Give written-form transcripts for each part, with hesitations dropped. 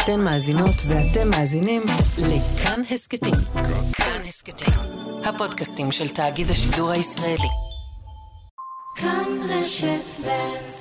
אתן מאזינות ואתם מאזינים לכאן הסקטים. כאן הסקטים, הפודקאסטים של תאגיד השידור הישראלי. כאן רשת ב'.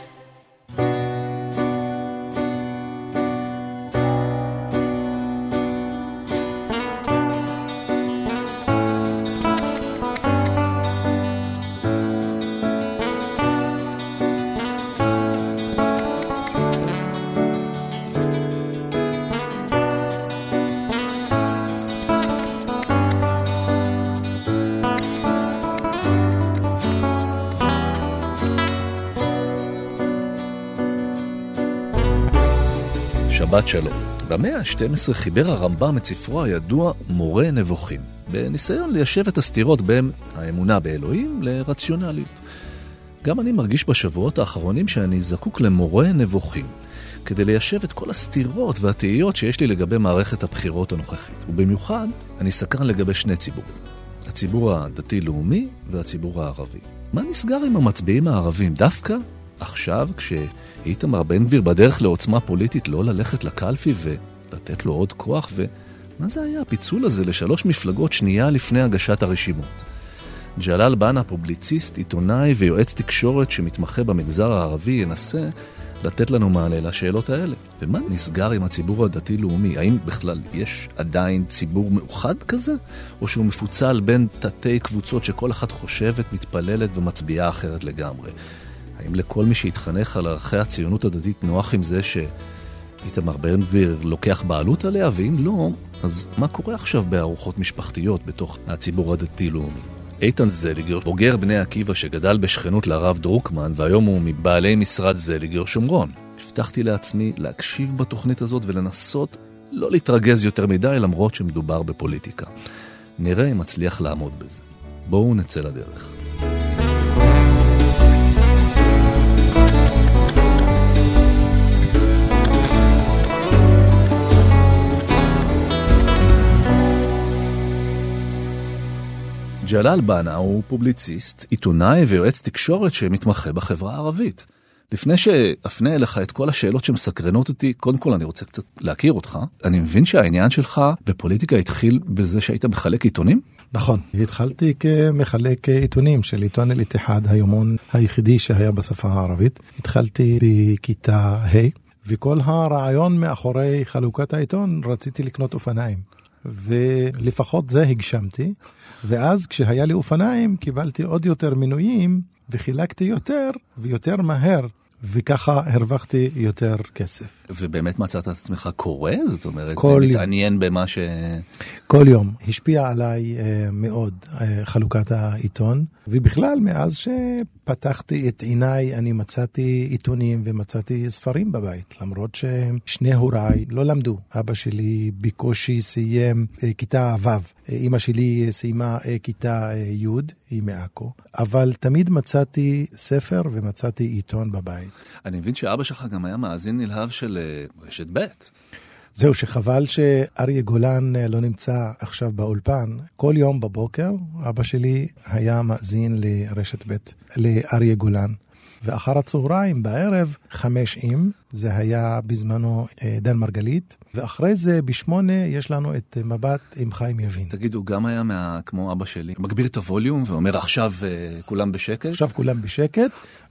שבת שלום. במאה ה-12 חיבר הרמב"ם את ספרו הידוע מורה נבוכים, בניסיון ליישב את הסתירות בין האמונה באלוהים לרציונליות. גם אני מרגיש בשבועות האחרונים שאני זקוק למורה נבוכים, כדי ליישב את כל הסתירות והתהיות שיש לי לגבי מערכת הבחירות הנוכחית. ובמיוחד, אני סקרן לגבי שני ציבורים. הציבור הדתי-לאומי והציבור הערבי. מה נסגר עם המצביעים הערבים? דווקא עכשיו, כשאיתמר בן גביר בדרך לעוצמה פוליטית, לא ללכת לקלפי ולתת לו עוד כוח, ומה זה היה הפיצול הזה לשלוש מפלגות שנייה לפני הגשת הרשימות? ג'לאל בנה, פובליציסט, עיתונאי ויועץ תקשורת שמתמחה במגזר הערבי, ינסה לתת לנו מענה לשאלות האלה. ומה נסגר עם הציבור הדתי-לאומי? האם בכלל יש עדיין ציבור מאוחד כזה? או שהוא מפוצל בין תתי קבוצות שכל אחת חושבת, מתפללת ומצביעה אחרת לגמרי? האם לכל מי שהתחנך על ערכי הציונות הדתית נוח עם זה שאיתמר בן גביר לוקח בעלות עליה? ואם לא, אז מה קורה עכשיו בארוחות משפחתיות בתוך הציבור הדתי-לאומי? איתן זליגר, בוגר בני עקיבא שגדל בשכנות לרב דרוקמן, והיום הוא מבעלי משרד זליגר שומרון. הבטחתי לעצמי להקשיב בתוכנית הזאת ולנסות לא להתרגז יותר מדי, למרות שמדובר בפוליטיקה. נראה אם מצליח לעמוד בזה. בואו נצא לדרך. ג'לאל בנה הוא פובליציסט, עיתונאי ויועץ תקשורת שמתמחה בחברה הערבית. לפני שאפנה אליך את כל השאלות שמסקרנות אותי, קודם כל אני רוצה קצת להכיר אותך. אני מבין שהעניין שלך בפוליטיקה התחיל בזה שהיית מחלק עיתונים? נכון, התחלתי כמחלק עיתונים של עיתון אל-איתיחד, היומון היחידי שהיה בשפה הערבית. התחלתי בכיתה ה', וכל הרעיון מאחורי חלוקת העיתון רציתי לקנות אופניים. ולפחות זה הגשמתי, ואז כשהיה לי אופניים קיבלתי עוד יותר מנויים וחילקתי יותר ויותר מהר, וככה הרווחתי יותר כסף. ובאמת מצאת את עצמך קורא? זאת אומרת, מתעניין במה ש... כל יום. השפיע עליי מאוד חלוקת העיתון, ובכלל מאז שפתחתי את עיניי אני מצאתי עיתונים ומצאתי ספרים בבית, למרות ששני הוריי לא למדו. אבא שלי בקושי סיים כיתה ו', אמא שלי סיימה כיתה י', היא מעכו, אבל תמיד מצאתי ספר ומצאתי עיתון בבית. אני מבין שאבא שלך גם היה מאזין נלהב של רשת ב'. זהו, שחבל שאריה גולן לא נמצא עכשיו באולפן. כל יום בבוקר אבא שלי היה מאזין לרשת ב' לאריה גולן. ואחר הצהריים בערב 5 זה היה בזמנו דן מרגלית, ואחרי זה ב8 יש לנו את מבט עם חיים יבין. תגיד, הוא גם היה כמו אבא שלי, מגביר את הווליום ואומר עכשיו כולם בשקט? עכשיו כולם בשקט,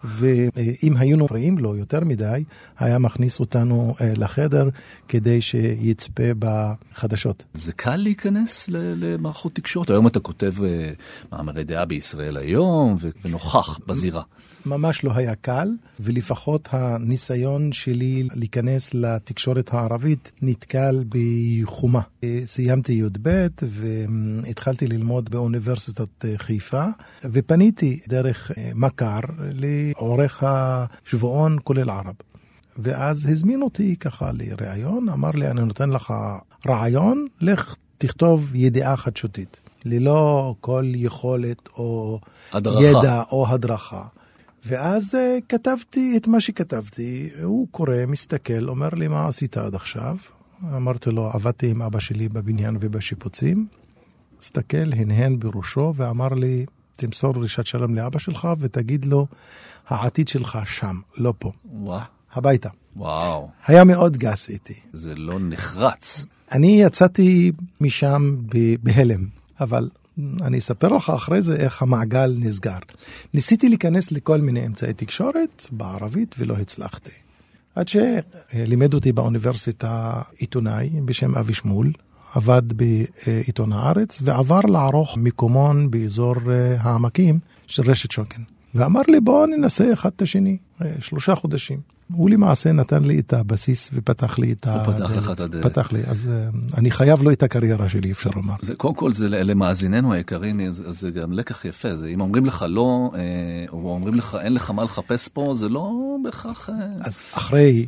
ואם היינו פרעים לו יותר מדי, היה מכניס אותנו לחדר כדי שיצפה בחדשות. זה קל להיכנס למערכות תקשורת? היום אתה כותב מאמרי דעה בישראל היום ונוכח בזירה. ממש לא היה קל, ולפחות הניסיון שלי להיכנס לתקשורת הערבית נתקל בחומה. סיימתי י"ב והתחלתי ללמוד באוניברסיטת חיפה, ופניתי דרך מכר לעורך השבועון כל אל-ערב. ואז הזמין אותי ככה לראיון, אמר לי, אני נותן לך רעיון, לך תכתוב ידיעה חדשותית, ללא כל יכולת או ידע או הדרכה. ואז כתבתי את מה שכתבתי, הוא קורא, מסתכל, אומר לי, מה עשית עד עכשיו? אמרתי לו, עבדתי עם אבא שלי בבניין ובשיפוצים, הסתכל, הנהן בראשו ואמר לי, תמסור דרישת שלום לאבא שלך ותגיד לו, העתיד שלך שם, לא פה. וואו. הביתה. וואו. היה מאוד גס איתי. זה לא נחרץ. אני יצאתי משם בהלם, אבל אני אספר לך אחרי זה איך המעגל נסגר. ניסיתי להיכנס לכל מיני אמצעי תקשורת בערבית ולא הצלחתי. עד שלימד אותי באוניברסיטה עיתונאי בשם אבי שמול, עבד בעיתון הארץ ועבר לערוך מקומון באזור העמקים של רשת שוקן. ואמר לי בוא ננסה אחד את השני, 3 חודשים. הוא למעשה נתן לי את הבסיס ופתח לי את הוא פתח לך את הדלת. פתח לי, אז אני חייב לו את הקריירה שלי, אפשר לומר. קודם כל, זה למאזיננו היקרים, זה גם לקח יפה. אם אומרים לך לא, או אומרים לך אין לך מה לחפש פה, זה לא בכך... אז אחרי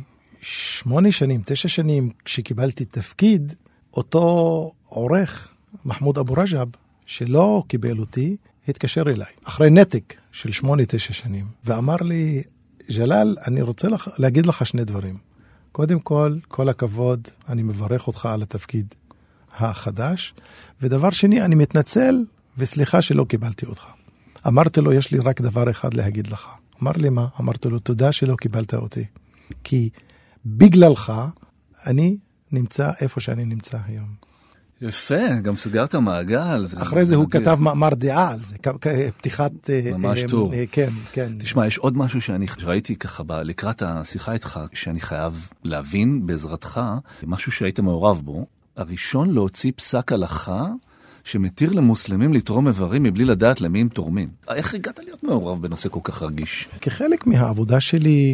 8 שנים, 9 שנים, כשקיבלתי תפקיד, אותו עורך, מחמוד אבו רג'ב, שלא קיבל אותי, התקשר אליי. אחרי נתק של 8-9 שנים, ואמר לי, ג'לאל, אני רוצה להגיד לך 2 דברים. קודם כל הכבוד, אני מברך אותך על התפקיד החדש, ודבר שני, אני מתנצל וסליחה שלא קיבלתי אותך. אמרתי לו, יש לי רק דבר אחד להגיד לך. אמר לי מה? אמרתי לו, תודה שלא קיבלת אותי. כי בגללך, אני נמצא איפה שאני נמצא היום. יפה, גם סגרת מעגל. אחרי זה הוא כתב מאמר דעה על זה, פתיחת... ממש טוב. כן, כן. תשמע, יש עוד משהו שאני ראיתי ככה לקראת השיחה איתך, שאני חייב להבין בעזרתך, משהו שהיית מעורב בו, הראשון להוציא פסק הלכה, שמתיר למוסלמים לתרום איברים מבלי לדעת למי הם תורמים. איך הגעת להיות מעורב בנושא כל כך רגיש? כחלק מהעבודה שלי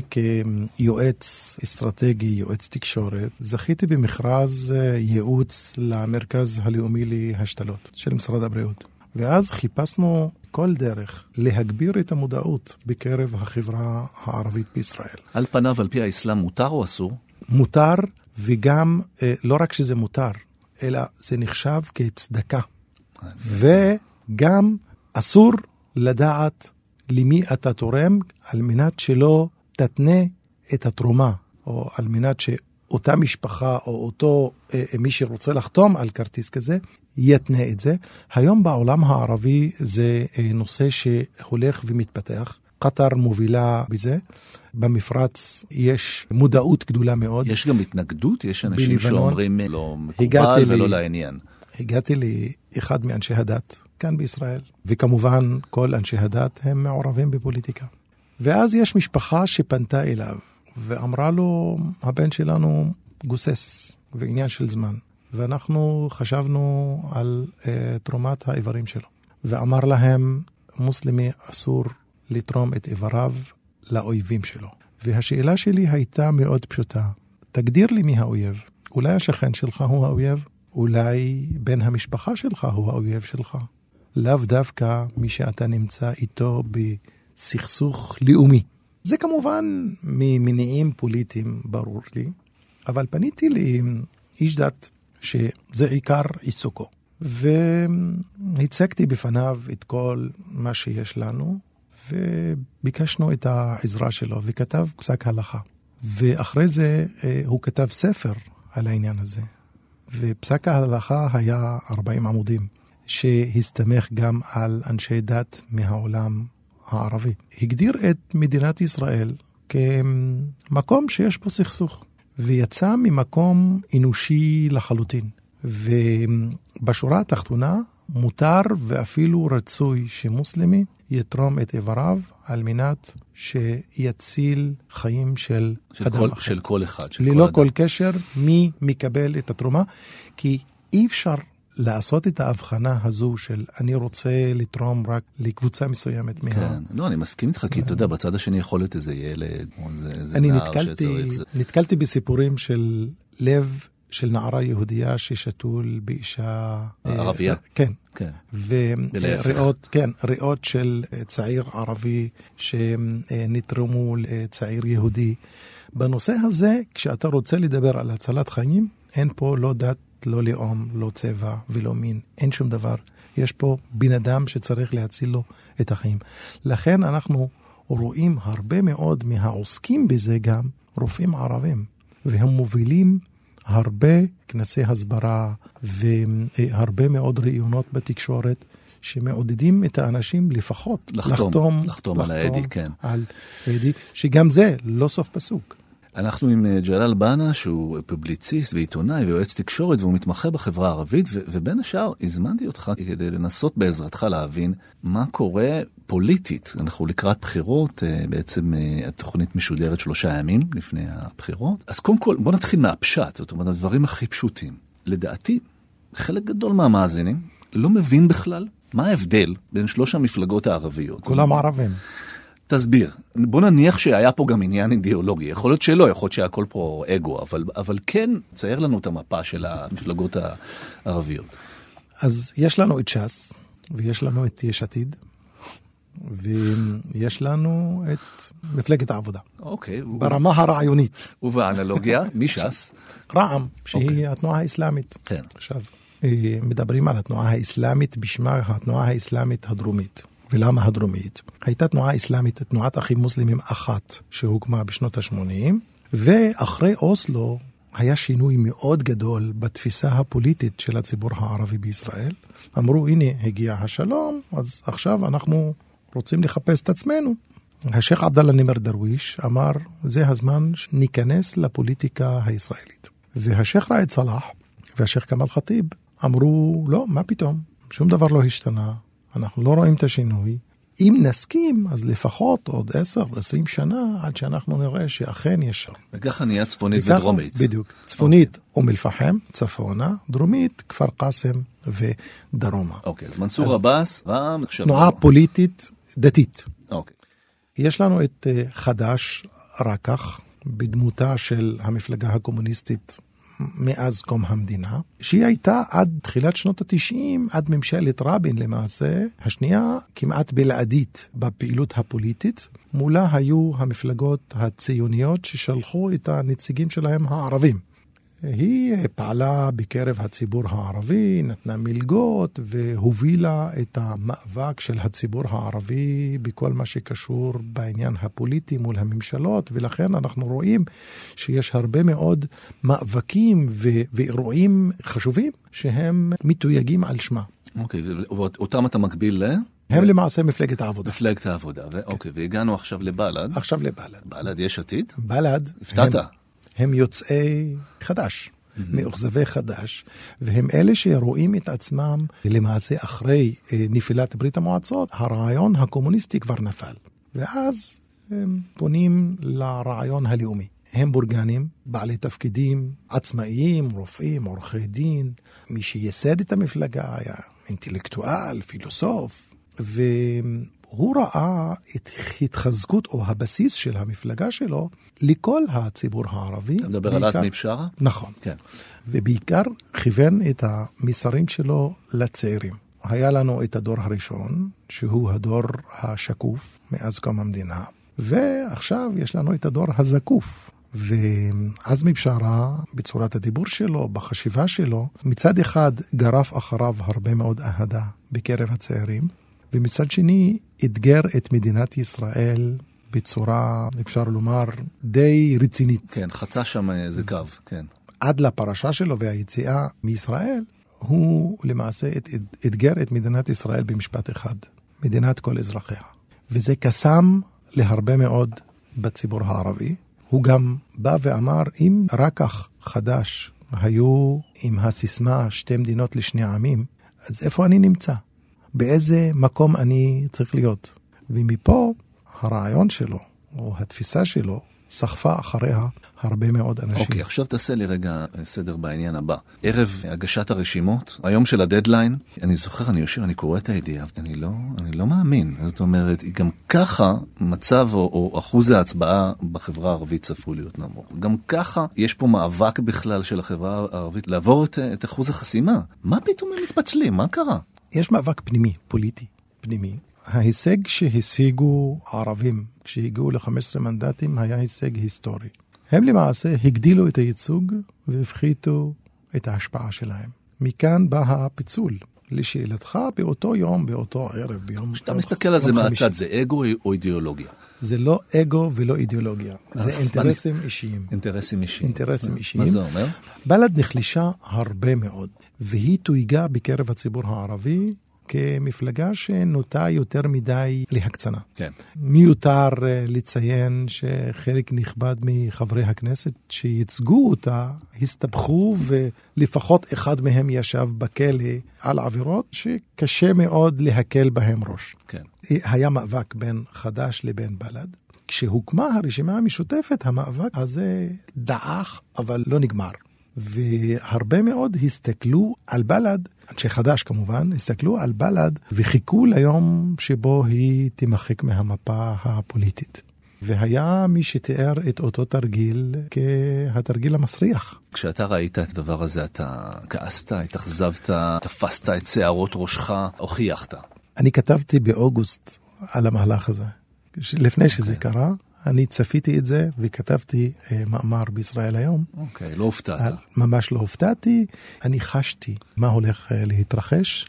כיועץ אסטרטגי, יועץ תקשורת, זכיתי במכרז ייעוץ למרכז הלאומי להשתלות של משרד הבריאות. ואז חיפשנו כל דרך להגביר את המודעות בקרב החברה הערבית בישראל. על פניו, על פי האסלאם, מותר או אסור? מותר, וגם לא רק שזה מותר, אלא זה נחשב כצדקה. וגם אסור לדעת למי אתה תורם, על מנת שלא תתנה את התרומה, או על מנת שאותה משפחה או אותו מי שרוצה לחתום על כרטיס כזה, יתנה את זה. היום בעולם הערבי זה נושא שהולך ומתפתח. קטר מובילה בזה. במפרץ יש מודעות גדולה מאוד. יש גם התנגדות? יש אנשים שאומרים לא מקובל ולא לעניין. הגעתי לאחד מאנשי הדת כאן בישראל, וכמובן כל אנשי הדת הם מעורבים בפוליטיקה. ואז יש משפחה שפנתה אליו, ואמרה לו, הבן שלנו גוסס, ועניין של זמן. ואנחנו חשבנו על תרומת האיברים שלו. ואמר להם, מוסלמי אסור לתרום את איבריו לאויבים שלו. והשאלה שלי הייתה מאוד פשוטה. תגדיר לי מי האויב. אולי השכן שלך הוא האויב? אולי בן המשפחה שלך הוא האויב שלך? לאו דווקא מי שאתה נמצא איתו בסכסוך לאומי. זה כמובן ממניעים פוליטיים ברור לי, אבל פניתי לאיש דת שזה עיקר עיסוקו. והצגתי בפניו את כל מה שיש לנו, וביקשנו את העזרה שלו, וכתב פסק הלכה. ואחרי זה הוא כתב ספר על העניין הזה. ופסק ההלכה היה 40 עמודים, שהסתמך גם על אנשי דת מהעולם הערבי. הגדיר את מדינת ישראל כמקום שיש פה סכסוך, ויצא ממקום אנושי לחלוטין. ובשורה התחתונה מותר ואפילו רצוי שמוסלמי יתרום את איבריו על מנת שיציל חיים של אדם אחר. של כל אחד. ללא כל קשר מי מקבל את התרומה, כי אי אפשר לעשות את ההבחנה הזו של אני רוצה לתרום רק לקבוצה מסוימת. כן, לא, אני מסכים איתך, כי אתה יודע, בצד השני יכול להיות איזה ילד, או איזה נער שצריך. נתקלתי בסיפורים של לב של נערה יהודייה ששתול באישה... ערבייה. כן. כן. וריאות, כן, ריאות של צעיר ערבי שנתרמו לצעיר יהודי. בנושא הזה, כשאתה רוצה לדבר על הצלת חיים, אין פה לא דת, לא לאום, לא צבע ולא מין. אין שום דבר. יש פה בן אדם שצריך להציל לו את החיים. לכן אנחנו רואים הרבה מאוד מהעוסקים בזה גם רופאים ערבים. והם מובילים הרבה כנסי הסברה והרבה מאוד ראיונות בתקשורת שמעודדים את האנשים לפחות לחתום על האדי, כן. על האדי, שגם זה לא סוף פסוק. אנחנו עם ג'לאל בנה, שהוא פובליציסט ועיתונאי ויועץ תקשורת, והוא מתמחה בחברה הערבית, ובין השאר הזמנתי אותך כדי לנסות בעזרתך להבין מה קורה פוליטית. אנחנו לקראת בחירות, בעצם התוכנית משודרת 3 ימים לפני הבחירות. אז קודם כל, בוא נתחיל מהפשט, זאת אומרת, הדברים הכי פשוטים. לדעתי, חלק גדול מהמאזינים לא מבין בכלל מה ההבדל בין 3 המפלגות הערביות. כולם ערבים. תסביר. בוא נניח שהיה פה גם עניין אידיאולוגי. יכול להיות שלא, יכול להיות שהכל פה אגו, אבל כן צייר לנו את המפה של המפלגות הערביות. אז יש לנו את ש"ס, ויש לנו את יש עתיד, ויש לנו את מפלגת העבודה. אוקיי. ברמה הרעיונית. ובאנלוגיה, מי ש"ס? רע"מ, שהיא התנועה האסלאמית. כן. עכשיו, מדברים על התנועה האסלאמית בשמה התנועה האסלאמית הדרומית. ולמה הדרומית? הייתה תנועה אסלאמית, תנועת אחים מוסלמים אחת, שהוקמה בשנות ה-80, ואחרי אוסלו היה שינוי מאוד גדול בתפיסה הפוליטית של הציבור הערבי בישראל. אמרו, הנה, הגיע השלום, אז עכשיו אנחנו רוצים לחפש את עצמנו. השייך עבדאללה נימר דרוויש אמר, זה הזמן שניכנס לפוליטיקה הישראלית. והשייך ראאד סלאח והשייך כמאל ח'טיב אמרו, לא, מה פתאום? שום דבר לא השתנה. אנחנו לא רואים את השינוי. אם נסכים, אז לפחות עוד 10-20 שנה, עד שאנחנו נראה שאכן יש שם. וככה נהיה צפונית ודרומית. בדיוק. צפונית אום אל-פחם, צפונה, דרומית, כפר קאסם ודרומה. אוקיי, אז מנסור עבאס, רע"מ, נחשב. תנועה פוליטית דתית. אוקיי. יש לנו את חד"ש רקח, בדמותה של המפלגה הקומוניסטית מאז קום המדינה, שהיא הייתה עד תחילת שנות ה-90, עד ממשלת רבין למעשה, השנייה כמעט בלעדית בפעילות הפוליטית, מולה היו המפלגות הציוניות ששלחו את הנציגים שלהם הערבים. היא פעלה בקרב הציבור הערבי, נתנה מלגות והובילה את המאבק של הציבור הערבי בכל מה שקשור בעניין הפוליטי מול הממשלות, ולכן אנחנו רואים שיש הרבה מאוד מאבקים ואירועים חשובים שהם מתויגים על שמה. אוקיי, ואותם אתה מקביל ל? הם למעשה מפלגת העבודה. מפלגת העבודה, אוקיי, והגענו עכשיו לבל"ד. עכשיו לבל"ד. בל"ד יש עתיד? בל"ד. הפתעת. הם יוצאי חד"ש, מאוכזבי חד"ש, והם אלה שרואים את עצמם למעשה אחרי נפילת ברית המועצות, הרעיון הקומוניסטי כבר נפל. ואז הם פונים לרעיון הלאומי. הם בורגנים, בעלי תפקידים עצמאיים, רופאים, עורכי דין. מי שייסד את המפלגה היה אינטלקטואל, פילוסוף, והוא ראה את התחזקות או הבסיס של המפלגה שלו לכל הציבור הערבי. אתה מדבר על עזמי בשארה? נכון. כן. ובעיקר כיוון את המסרים שלו לצעירים. היה לנו את הדור הראשון, שהוא הדור השקוף מאז קום המדינה, ועכשיו יש לנו את הדור הזקוף. ועזמי בשארה, בצורת הדיבור שלו, בחשיבה שלו, מצד אחד גרף אחריו הרבה מאוד אהדה בקרב הצעירים, ומצד שני אתגר את מדינת ישראל בצורה, אפשר לומר, די רצינית. כן, חצה שם איזה קו, כן. עד לפרשה שלו והיציאה מישראל, הוא למעשה אתגר את מדינת ישראל במשפט אחד, מדינת כל אזרחיה. וזה קסם להרבה מאוד בציבור הערבי. הוא גם בא ואמר, אם רקח חד"ש היו עם הסיסמה שתי מדינות לשני עמים, אז איפה אני נמצא? באיזה מקום אני צריך להיות? ומפה הרעיון שלו, או התפיסה שלו, סחפה אחריה הרבה מאוד אנשים. אוקיי, עכשיו תעשה לי רגע סדר בעניין הבא. ערב הגשת הרשימות, היום של הדדליין, אני זוכר, אני יושב, אני קורא את הידיעה, אני לא מאמין. זאת אומרת, גם ככה מצב או אחוז ההצבעה בחברה הערבית צפוי להיות נמוך. גם ככה יש פה מאבק בכלל של החברה הערבית לעבור את אחוז החסימה. מה פתאום הם מתפצלים? מה קרה? יש מאבק פנימי, פוליטי, פנימי. ההישג שהשיגו הערבים כשהגיעו ל-15 מנדטים היה הישג היסטורי. הם למעשה הגדילו את הייצוג והפחיתו את ההשפעה שלהם. מכאן בא הפיצול. לשאלתך, באותו יום, באותו ערב, ביום... כשאתה מסתכל על זה מהצד, זה אגו או אידיאולוגיה? זה לא אגו ולא אידיאולוגיה. זה אינטרסים אישיים. אינטרסים אישיים. אינטרסים אישיים. מה זה אומר? בל"ד נחלישה הרבה מאוד, והיא תויגה בקרב הציבור הערבי כמפלגה שנוטה יותר מדי להקצנה. כן. מיותר לציין שחלק נכבד מחברי הכנסת שייצגו אותה, הסתבכו ולפחות אחד מהם ישב בכלא על עבירות שקשה מאוד להקל בהם ראש. כן. היה מאבק בין חד"ש לבין בל"ד. כשהוקמה הרשימה המשותפת, המאבק הזה דעך, אבל לא נגמר. והרבה מאוד הסתכלו על בל"ד, אנשי חד"ש כמובן, הסתכלו על בל"ד וחיכו ליום שבו היא תימחק מהמפה הפוליטית. והיה מי שתיאר את אותו תרגיל כהתרגיל המסריח. כשאתה ראית את הדבר הזה, אתה כעסת, התאכזבת, תפסת את שערות ראשך, הוכיחת. אני כתבתי באוגוסט על המהלך הזה. לפני שזה קרה, אני צפיתי את זה וכתבתי מאמר בישראל היום. אוקיי, לא הופתעת. ממש לא הופתעתי. אני חשתי מה הולך להתרחש,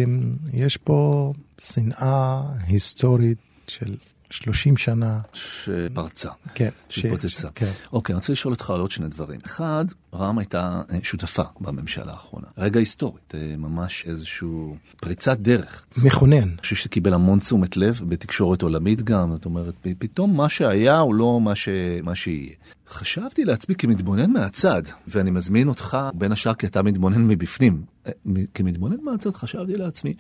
ויש פה שנאה היסטורית של 30 שנה. שפרצה. כן. שפוצצה. כן. אוקיי, אני רוצה לשאול אותך על עוד שני דברים. אחד, רע"מ הייתה שותפה בממשלה האחרונה. רגע היסטורית, ממש איזשהו פריצת דרך. מכונן. אני חושב שקיבל המון תשומת לב בתקשורת עולמית גם. זאת אומרת, פתאום מה שהיה הוא לא מה שיהיה. חשבתי לעצמי כמתבונן מהצד, ואני מזמין אותך בין השאר כי אתה מתבונן מבפנים. כמתבונן מהצד חשבתי לעצמי,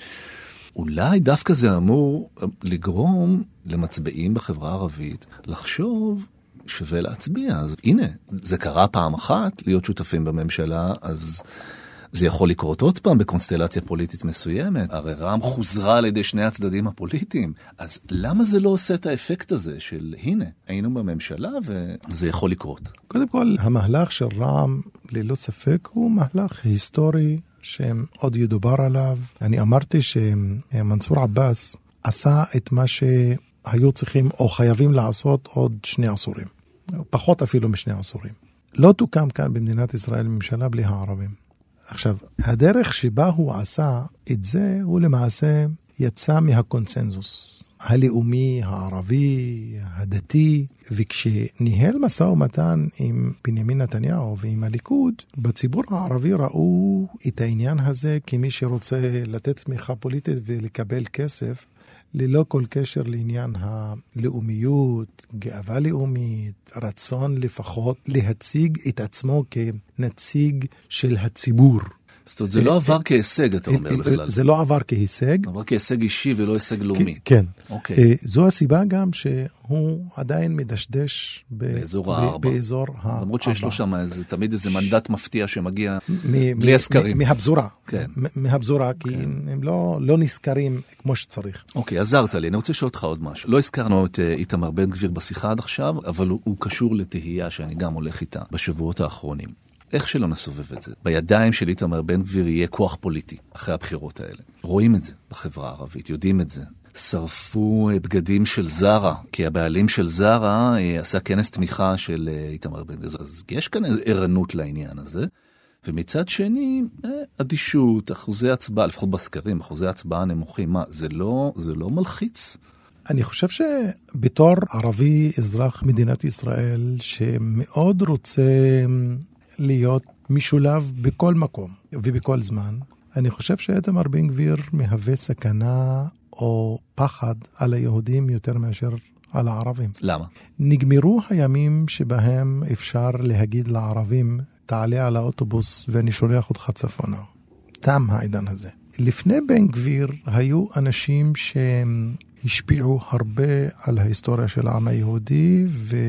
אולי דווקא זה אמור לגרום למצביעים בחברה הערבית לחשוב שווה להצביע. אז הנה, זה קרה פעם אחת להיות שותפים בממשלה, אז זה יכול לקרות עוד פעם בקונסטלציה פוליטית מסוימת. הרי רע"מ חוזרה על ידי שני הצדדים הפוליטיים. אז למה זה לא עושה את האפקט הזה של הנה, היינו בממשלה וזה יכול לקרות? קודם כל, המהלך של רע"מ ללא ספק הוא מהלך היסטורי שעוד ידובר עליו. אני אמרתי שמנסור עבאס עשה את מה שהיו צריכים או חייבים לעשות עוד 2 עשורים. פחות אפילו מ2 עשורים. לא תוקם כאן במדינת ישראל ממשלה בלי הערבים. עכשיו, הדרך שבה הוא עשה את זה, הוא למעשה יצא מהקונסנזוס הלאומי, הערבי, הדתי, וכשניהל משא ומתן עם בנימין נתניהו ועם הליכוד, בציבור הערבי ראו את העניין הזה כמי שרוצה לתת תמיכה פוליטית ולקבל כסף, ללא כל קשר לעניין הלאומיות, גאווה לאומית, רצון לפחות להציג את עצמו כנציג של הציבור. זאת אומרת, זה לא עבר כהישג, אתה אומר בכלל. זה לא עבר כהישג. עבר כהישג אישי ולא הישג לאומי. כן. אוקיי. זו הסיבה גם שהוא עדיין מדשדש באזור הארבע. באזור הארבע. למרות שיש לו שם תמיד איזה מנדט מפתיע שמגיע בלי הסקרים. מהפזורה. כן. מהפזורה, כי הם לא נזכרים כמו שצריך. אוקיי, עזרת לי. אני רוצה לשאול אותך עוד משהו. לא הזכרנו את איתמר בן גביר בשיחה עד עכשיו, אבל הוא קשור לתהייה שאני גם הולך איתה בשבועות האחרונים. איך שלא נסובב את זה? בידיים של איתמר בן גביר יהיה כוח פוליטי אחרי הבחירות האלה. רואים את זה בחברה הערבית, יודעים את זה. שרפו בגדים של זרה, כי הבעלים של זרה עשה כנס תמיכה של איתמר בן גביר. אז יש כאן איזו ערנות לעניין הזה. ומצד שני, אדישות, אחוזי הצבעה, לפחות בסקרים, אחוזי הצבעה נמוכים. מה, זה לא מלחיץ? אני חושב שבתור ערבי, אזרח מדינת ישראל, שמאוד רוצה להיות משולב בכל מקום ובכל זמן, אני חושב שאיתמר בן גביר מהווה סכנה או פחד על היהודים יותר מאשר על הערבים. למה? נגמרו הימים שבהם אפשר להגיד לערבים, תעלה על האוטובוס ואני שולח אותך צפונה. תם העידן הזה. לפני בן גביר היו אנשים שהשפיעו הרבה על ההיסטוריה של העם היהודי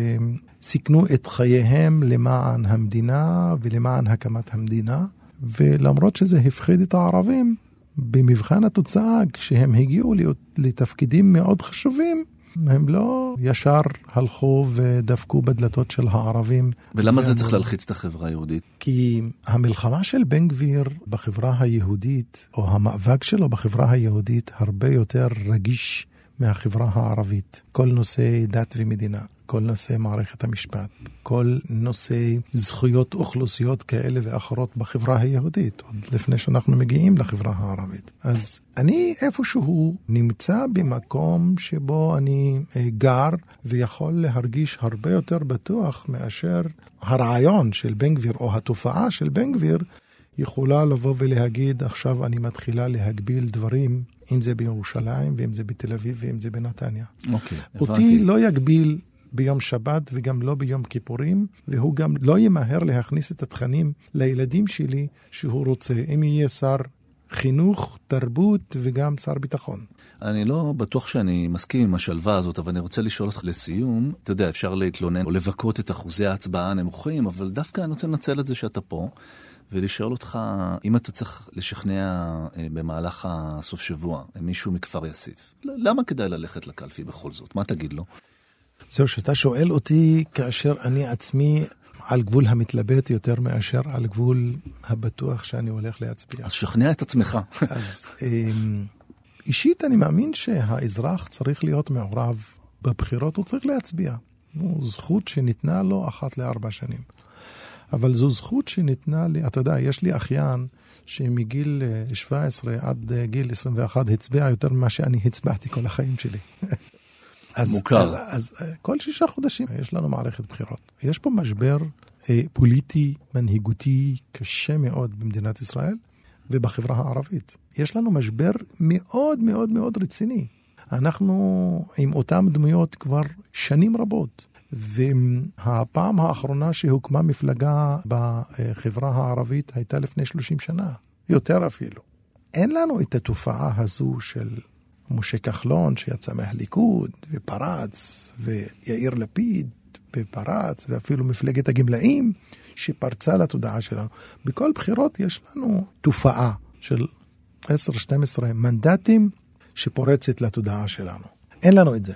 וסיכנו את חייהם למען המדינה ולמען הקמת המדינה, ולמרות שזה הפחיד את הערבים, במבחן התוצאה כשהם הגיעו לתפקידים מאוד חשובים, הם לא ישר הלכו ודפקו בדלתות של הערבים. ולמה זה צריך להלחיץ את החברה היהודית? כי המלחמה של בן גביר בחברה היהודית, או המאבק שלו בחברה היהודית, הרבה יותר רגיש מהחברה הערבית. כל נושא דת ומדינה, כל נושא מערכת המשפט, כל נושא זכויות אוכלוסיות כאלה ואחרות בחברה היהודית, עוד לפני שאנחנו מגיעים לחברה הערבית. אז אני איפשהו נמצא במקום שבו אני גר ויכול להרגיש הרבה יותר בטוח מאשר הרעיון של בן גביר או התופעה של בן גביר יכולה לבוא ולהגיד, עכשיו אני מתחילה להגביל דברים, אם זה בירושלים, ואם זה בתל אביב, ואם זה בנתניה. אוקיי, אותי לא יגביל ביום שבת וגם לא ביום כיפורים, והוא גם לא ימהר להכניס את התכנים לילדים שלי שהוא רוצה, אם יהיה שר חינוך, תרבות וגם שר ביטחון. אני לא בטוח שאני מסכים עם השלווה הזאת, אבל אני רוצה לשאול אותך לסיום. אתה יודע, אפשר להתלונן או לבקות את אחוזי ההצבעה הנמוכים, אבל דווקא אני רוצה לנצל את זה שאתה פה, ולשאול אותך, אם אתה צריך לשכנע במהלך הסוף שבוע, מישהו מכפר יאסיף, למה כדאי ללכת לקלפי בכל זאת? מה תגיד לו? זהו, שאתה שואל אותי כאשר אני עצמי על גבול המתלבט יותר מאשר על גבול הבטוח שאני הולך להצביע. אז שכנע את עצמך. אז אישית אני מאמין שהאזרח צריך להיות מעורב בבחירות, הוא צריך להצביע. זכות שניתנה לו 1 ל4 שנים. אבל זו זכות שניתנה לי, אתה יודע, יש לי אחיין שמגיל 17 עד גיל 21 הצביע יותר ממה שאני הצבעתי כל החיים שלי. מוכר. אז כל 6 חודשים יש לנו מערכת בחירות. יש פה משבר פוליטי, מנהיגותי, קשה מאוד במדינת ישראל ובחברה הערבית. יש לנו משבר מאוד מאוד מאוד רציני. אנחנו עם אותם דמויות כבר שנים רבות. והפעם האחרונה שהוקמה מפלגה בחברה הערבית הייתה לפני 30 שנה, יותר אפילו. אין לנו את התופעה הזו של משה כחלון שיצא מהליכוד ופרץ, ויאיר לפיד ופרץ, ואפילו מפלגת הגמלאים שפרצה לתודעה שלנו. בכל בחירות יש לנו תופעה של 10-12 מנדטים שפורצת לתודעה שלנו. אין לנו את זה.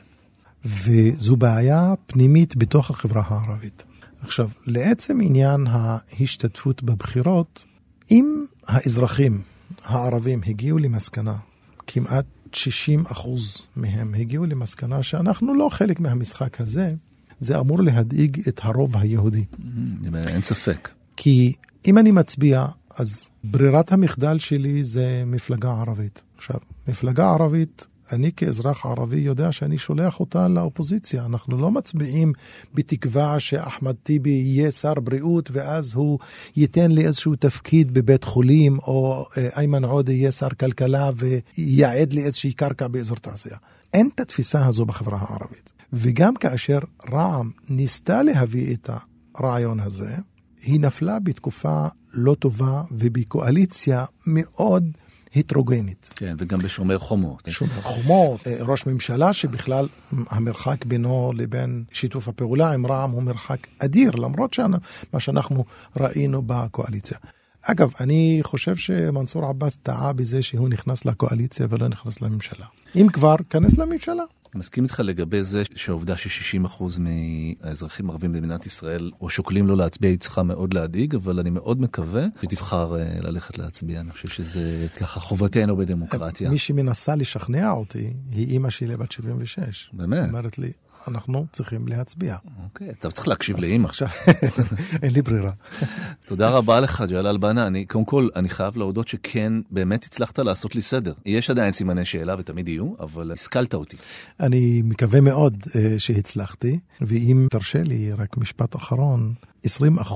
וזו בעיה פנימית בתוך החברה הערבית. עכשיו, לעצם עניין ההשתתפות בבחירות, אם האזרחים הערבים הגיעו למסקנה, כמעט 60% מהם הגיעו למסקנה שאנחנו לא חלק מהמשחק הזה, זה אמור להדאיג את הרוב היהודי. אין ספק. כי אם אני מצביע, אז ברירת המחדל שלי זה מפלגה ערבית. עכשיו, מפלגה ערבית, אני כאזרח ערבי יודע שאני שולח אותה לאופוזיציה. אנחנו לא מצביעים בתקווה שאחמד טיבי יהיה שר בריאות, ואז הוא ייתן לי איזשהו תפקיד בבית חולים, או איימן עודה יהיה שר כלכלה ויעד לי איזושהי קרקע באזור תעשייה. אין את התפיסה הזו בחברה הערבית. וגם כאשר רע"מ ניסתה להביא את הרעיון הזה, היא נפלה בתקופה לא טובה ובקואליציה מאוד הטרוגנית. כן, וגם בשומר חומות. שומר חומות, ראש ממשלה שבכלל המרחק בינו לבין שיתוף הפעולה עם רע"מ הוא מרחק אדיר, למרות מה שאנחנו ראינו בקואליציה. אגב, אני חושב שמנסור עבאס טעה בזה שהוא נכנס לקואליציה ולא נכנס לממשלה. אם כבר, כנס לממשלה. אני מסכים איתך לגבי זה שהעובדה ש60% מהאזרחים הערבים במדינת ישראל או שוקלים לא להצביע, היא צריכה מאוד להדאיג, אבל אני מאוד מקווה שתבחר ללכת להצביע. אני חושב שזה ככה חובתנו בדמוקרטיה. מי שמנסה לשכנע אותי היא אמא שלי בת 76. באמת? אומרת לי, אנחנו צריכים להצביע. אוקיי, אתה צריך להקשיב לאמא. עכשיו, אין לי ברירה. תודה רבה לך, ג'לאל בנה. קודם כל, אני חייב להודות שכן, באמת הצלחת לעשות לי סדר. יש עדיין סימני שאלה ותמיד יהיו, אבל השכלת אותי. אני מקווה מאוד שהצלחתי, ואם תרשה לי רק משפט אחרון, 20%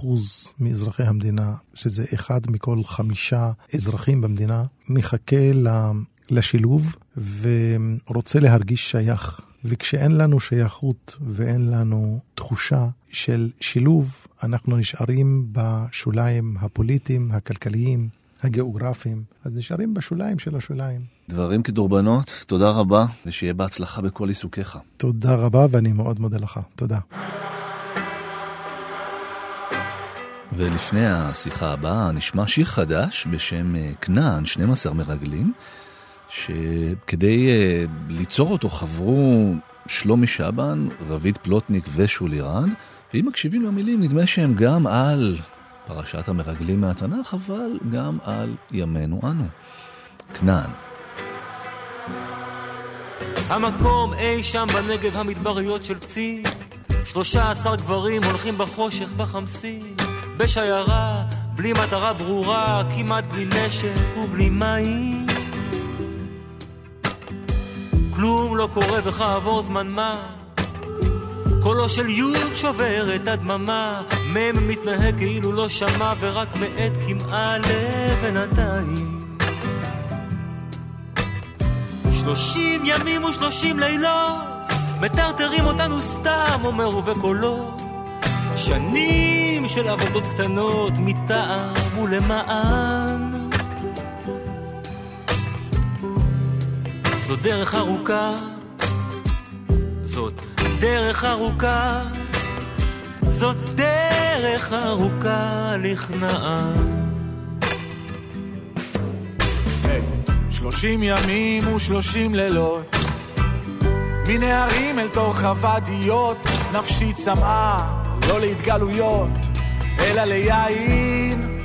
מאזרחי המדינה, שזה 1 מכל 5 אזרחים במדינה, מחכה לשילוב ורוצה להרגיש שייך. וכשאין לנו שייכות ואין לנו תחושה של שילוב, אנחנו נשארים בשוליים הפוליטיים, הכלכליים, הגיאוגרפיים. אז נשארים בשוליים של השוליים. דברים כדורבנות, תודה רבה, ושיהיה בהצלחה בכל עיסוקיך. תודה רבה, ואני מאוד מודה לך. תודה. ולפני השיחה הבאה נשמע שיר חדש בשם כנען, 12 מרגלים, שכדי ליצור אותו חברו שלומי שבן, רבית פלוטניק ושולי רד, ואם מקשיבים למילים נדמה שהם גם על פרשת המרגלים מהתנ"ך, אבל גם על ימינו אנו. כנען. המקום אי שם בנגב המדבריות של צי, 13 גברים הולכים בחושך בחמסי, בשיירה בלי מטרה ברורה, כמעט בלי נשק ובלי מים. כלום לא קורה וכעבור זמן מה קולו של יוד שובר את הדממה, מם מתנהג כאילו לא שמע ורק מעט כמעה לבינתיים. 30 ימים ו30 לילות מטרטרים אותנו סתם, אומר ובקולו, שנים של עבודות קטנות מטעם ולמען. זאת דרך ארוכה, זאת דרך ארוכה, זאת דרך ארוכה לכנען. 30 ימים ו30 לילות, מנהרים אל תוך הוואדיות, נפשי צמאה, לא להתגלויות, אלא ליין.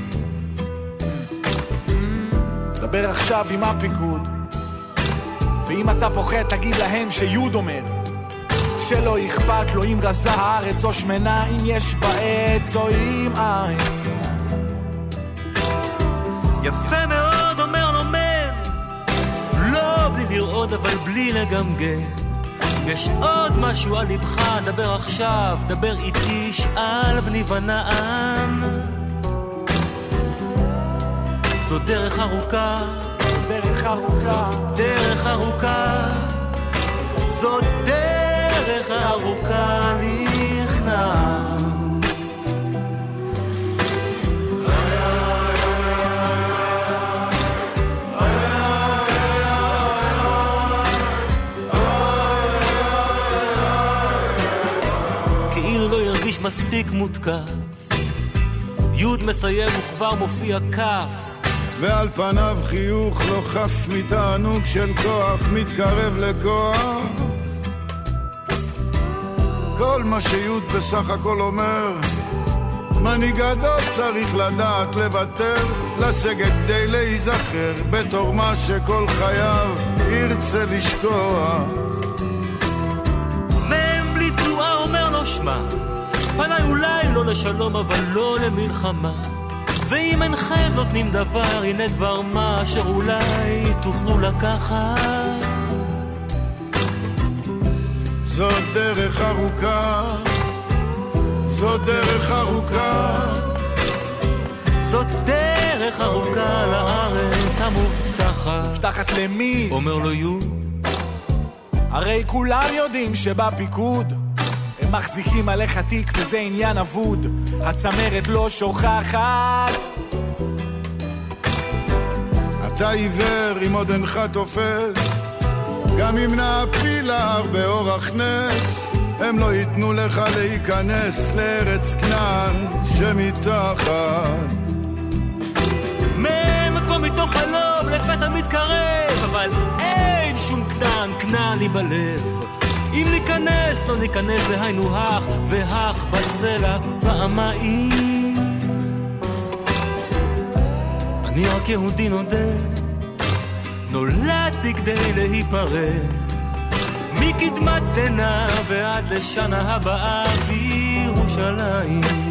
דבר עכשיו עם הפיקוד, ואם אתה פוחד תגיד להם שיוד אומר, שלא אכפת לו אם רזה הארץ או שמנה, אם יש בעץ או אם אין. יפה מאוד אומר לו מם, לא בלי לראות אבל בלי לגמגם. יש עוד משהו על לבך, דבר עכשיו, דבר איתי, שאל בני ונען. זו דרך ארוכה, דרך ארוכה, זאת דרך ארוכה, זאת דרך ארוכה לכנען. מספיק מותקף, יוד מסיים וכבר מופיע כף, ועל פניו חיוך לא חף מתענוג של כוח מתקרב לכוח. כל מה שיוד בסך הכל אומר, מנהיג גדול צריך לדעת לוותר, לסגת כדי להיזכר בתור מה שכל חייו ירצה לשכוח. מם בלי תנועה אומר לו שמה, פניי אולי לא לשלום אבל לא למלחמה, ואם אינכם נותנים דבר, הנה דבר מה אשר אולי תוכלו לקחת. זאת דרך ארוכה, זאת דרך ארוכה, זאת דרך ארוכה לארץ המובטחת. מובטחת למי? אומר לו יוד. הרי כולם יודעים שבפיקוד הם מחזיקים עליך תיק וזה עניין אבוד, הצמרת לא שוכחת. אתה עיוור אם עוד אינך תופס, גם אם נעפיל להר באורח נס, הם לא ייתנו לך להיכנס לארץ כנען שמתחת. מם כמו מתוך חלום לפתע מתקרב, אבל אין שום כנען, כנען לי בלב. אם ניכנס, לא ניכנס, זה היינו הך, והך בסלע פעמיים. אני רק יהודי נודד, נולדתי כדי להיפרד, מקדמת דנה ועד לשנה הבאה בירושלים.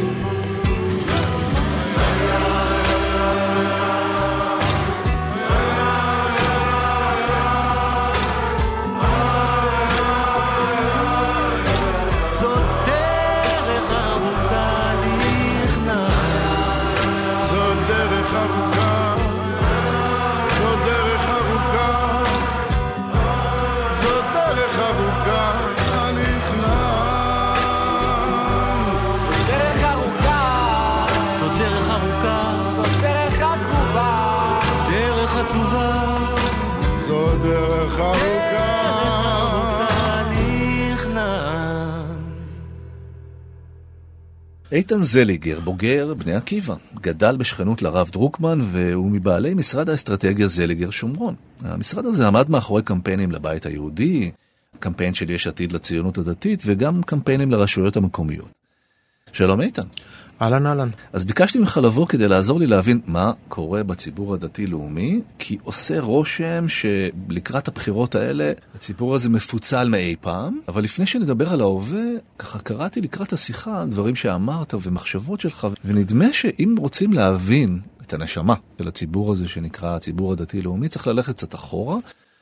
איתן זליגר, בוגר בני עקיבא, גדל בשכנות לרב דרוקמן, והוא מבעלי משרד האסטרטגיה זליגר שומרון. המשרד הזה עמד מאחורי קמפיינים לבית היהודי, קמפיין של יש עתיד לציונות הדתית, וגם קמפיינים לרשויות המקומיות. שלום איתן. אהלן, אהלן. אז ביקשתי ממך לבוא כדי לעזור לי להבין מה קורה בציבור הדתי-לאומי, כי עושה רושם שלקראת הבחירות האלה הציבור הזה מפוצל מאי פעם, אבל לפני שנדבר על ההווה, ככה קראתי לקראת השיחה דברים שאמרת ומחשבות שלך, ונדמה שאם רוצים להבין את הנשמה של הציבור הזה שנקרא הציבור הדתי-לאומי, צריך ללכת קצת אחורה,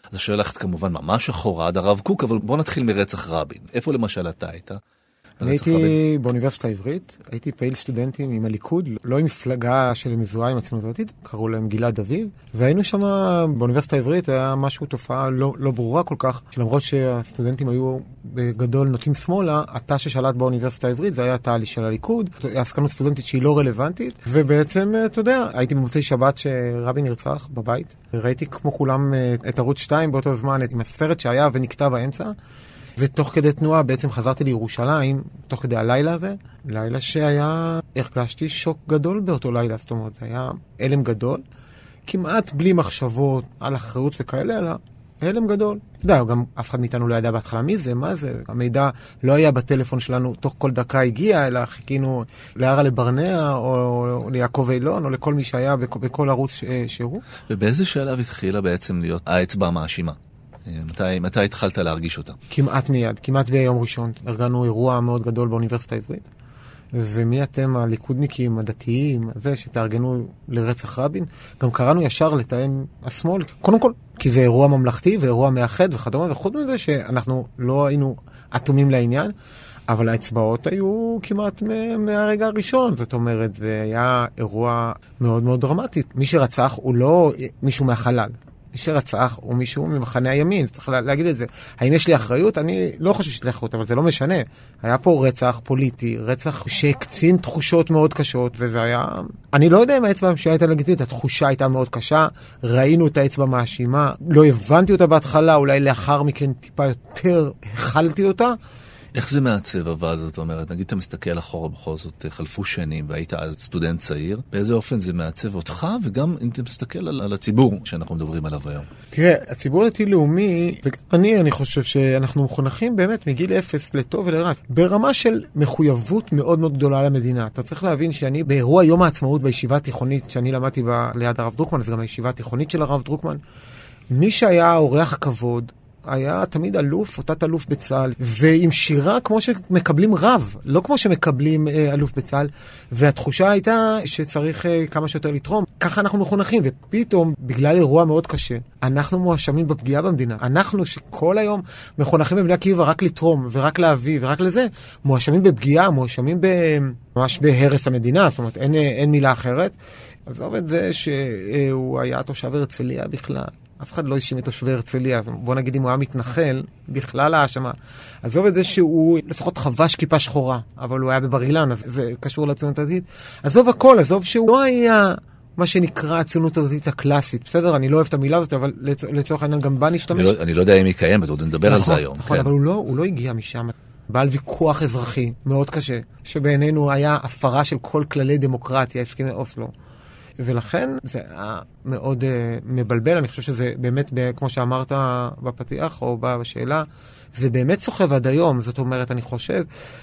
אז השאלה הולכת כמובן ממש אחורה עד הרב קוק, אבל בוא נתחיל מרצח רבין. איפה למשל אתה היית? אני הייתי באוניברסיטה העברית, הייתי פעיל סטודנטים עם הליכוד, לא עם מפלגה של מזוהה עם הציונות הדתית, קראו להם גלעד אביב, והיינו שם באוניברסיטה העברית, היה משהו, תופעה לא ברורה כל כך, שלמרות שהסטודנטים היו בגדול נוטים שמאלה, התא ששלט באוניברסיטה העברית, זה היה התא של הליכוד, העסקנות סטודנטית שהיא לא רלוונטית, ובעצם, אתה יודע, הייתי במוצאי שבת שרבין נרצח בבית, ראיתי כמו כולם את ערוץ 2 באותו זמן, עם הסרט שהיה ונקטע באמצע, ותוך כדי תנועה בעצם חזרתי לירושלים, תוך כדי הלילה הזה, לילה שהיה, הרגשתי שוק גדול באותו לילה, זאת אומרת, זה היה אלם גדול, כמעט בלי מחשבות על אחריות וכאלה, אלא אלם גדול. אתה יודע, גם אף אחד מאיתנו לא ידע בהתחלה מי זה, מה זה, המידע לא היה בטלפון שלנו, תוך כל דקה הגיע, אלא חיכינו להרה לברנע, או ליעקב אילון, או לכל מי שהיה בכל ערוץ שהוא. ובאיזה שלב התחילה בעצם להיות האצבע המאשימה? מתי התחלת להרגיש אותה? כמעט מיד, כמעט ביום ראשון. ארגנו אירוע מאוד גדול באוניברסיטה העברית. ומי אתם הליכודניקים, הדתיים, זה שתארגנו לרצח רבין? גם קראנו ישר לתאם השמאל. קודם כל, כי זה אירוע ממלכתי ואירוע מאחד וכדומה, וחוץ מזה שאנחנו לא היינו אטומים לעניין, אבל האצבעות היו כמעט מהרגע הראשון. זאת אומרת, זה היה אירוע מאוד מאוד דרמטי. מי שרצח הוא לא מישהו מהחלל. מי שרצח הוא מישהו ממחנה הימין, צריך להגיד את זה. האם יש לי אחריות? אני לא חושב שיש לי אחריות, אבל זה לא משנה. היה פה רצח פוליטי, רצח שהקצין תחושות מאוד קשות, וזה היה... אני לא יודע אם האצבע שהייתה לגיטימית, התחושה הייתה מאוד קשה, ראינו את האצבע מאשימה, לא הבנתי אותה בהתחלה, אולי לאחר מכן טיפה יותר החלתי אותה. איך זה מעצב אבל, זאת אומרת, נגיד אתה מסתכל אחורה בכל זאת, חלפו שנים והיית אז סטודנט צעיר, באיזה אופן זה מעצב אותך, וגם אם אתה מסתכל על הציבור שאנחנו מדברים עליו היום? תראה, הציבור הדתי-לאומי, אני חושב שאנחנו מחונכים באמת מגיל אפס לטוב ולרע, ברמה של מחויבות מאוד מאוד גדולה למדינה. אתה צריך להבין שאני באירוע יום העצמאות בישיבה התיכונית, שאני למדתי ליד הרב דרוקמן, אז גם הישיבה התיכונית של הרב דרוקמן, מי שהיה אורח הכבוד, היה תמיד אלוף, אותת אלוף בצה"ל, ועם שירה כמו שמקבלים רב, לא כמו שמקבלים אלוף בצה"ל, והתחושה הייתה שצריך כמה שיותר לתרום. ככה אנחנו מחונכים, ופתאום, בגלל אירוע מאוד קשה, אנחנו מואשמים בפגיעה במדינה. אנחנו שכל היום מחונכים בבני עקיבא רק לתרום, ורק להביא, ורק לזה, מואשמים בפגיעה, מואשמים ממש בהרס המדינה, זאת אומרת, אין מילה אחרת. עזוב את זה שהוא היה תושב הרצליה בכלל. אף אחד לא האשים את תושבי הרצליה, בוא נגיד אם הוא היה מתנחל, בכלל האשמה. עזוב את זה שהוא לפחות חבש כיפה שחורה, אבל הוא היה בבר אילן, אז זה קשור לציונות הדתית. עזוב הכל, עזוב שהוא לא היה מה שנקרא הציונות הדתית הקלאסית. בסדר, אני לא אוהב את המילה הזאת, אבל לצורך העניין גם בה נשתמש. אני לא יודע אם היא קיימת, עוד נדבר על זה היום. נכון, אבל הוא לא הגיע משם. בעל ויכוח אזרחי מאוד קשה, שבעינינו היה הפרה של כל כללי דמוקרטיה, הסכמי אוסלו. ולכן זה היה מאוד מבלבל. אני חושב שזה באמת, כמו שאמרת בפתיח או בשאלה, זה באמת סוחב עד היום. זאת אומרת, אני חושב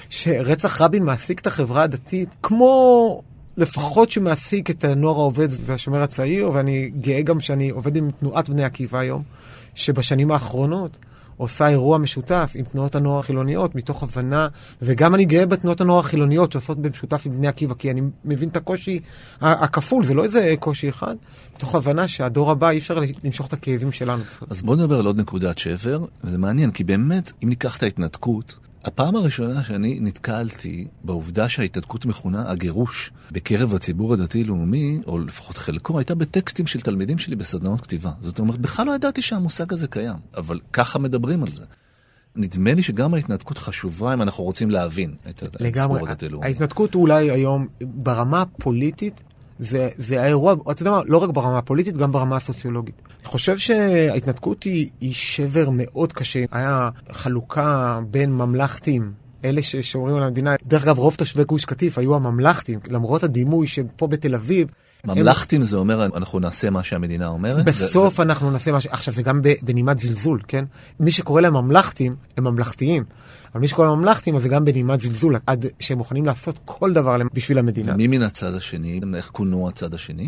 שרצח רבין מעסיק את החברה הדתית כמו לפחות שמעסיק את הנוער העובד והשומר הצעיר, ואני גאה גם שאני עובד עם תנועת בני עקיבא היום, שבשנים האחרונות עושה אירוע משותף עם תנועות הנוער החילוניות, מתוך הבנה, וגם אני גאה בתנועות הנוער החילוניות שעושות במשותף עם בני עקיבא, כי אני מבין את הקושי הכפול, זה לא איזה קושי אחד, מתוך הבנה שהדור הבא אי אפשר למשוך את הכאבים שלנו. אז בוא נדבר על עוד נקודת שבר, וזה מעניין, כי באמת, אם ניקח את ההתנתקות, הפעם הראשונה שאני נתקלתי בעובדה שההתנתקות מכונה הגירוש בקרב הציבור הדתי-לאומי, או לפחות חלקו, הייתה בטקסטים של תלמידים שלי בסדנאות כתיבה. זאת אומרת, בכלל לא ידעתי שהמושג הזה קיים, אבל ככה מדברים על זה. נדמה לי שגם ההתנתקות חשובה אם אנחנו רוצים להבין את הציבור הדתי-לאומי. ההתנתקות אולי היום ברמה הפוליטית, זה האירוע, אתה יודע מה, לא רק ברמה הפוליטית, גם ברמה הסוציולוגית. אני חושב שההתנתקות היא שבר מאוד קשה. היה חלוקה בין ממלכתים, אלה ששומרים על המדינה. דרך אגב, רוב תושבי גוש קטיף היו הממלכתים, למרות הדימוי שפה בתל אביב. ממלכתים זה אומר, אנחנו נעשה מה שהמדינה אומרת? בסוף אנחנו נעשה מה עכשיו, זה גם בנימת זלזול, כן? מי שקורא להם ממלכתים, הם ממלכתיים. אבל מי שקורא להם ממלכתים, אז זה גם בנימת זלזול, עד שהם מוכנים לעשות כל דבר בשביל המדינה. מי מן הצד השני? איך כונו הצד השני?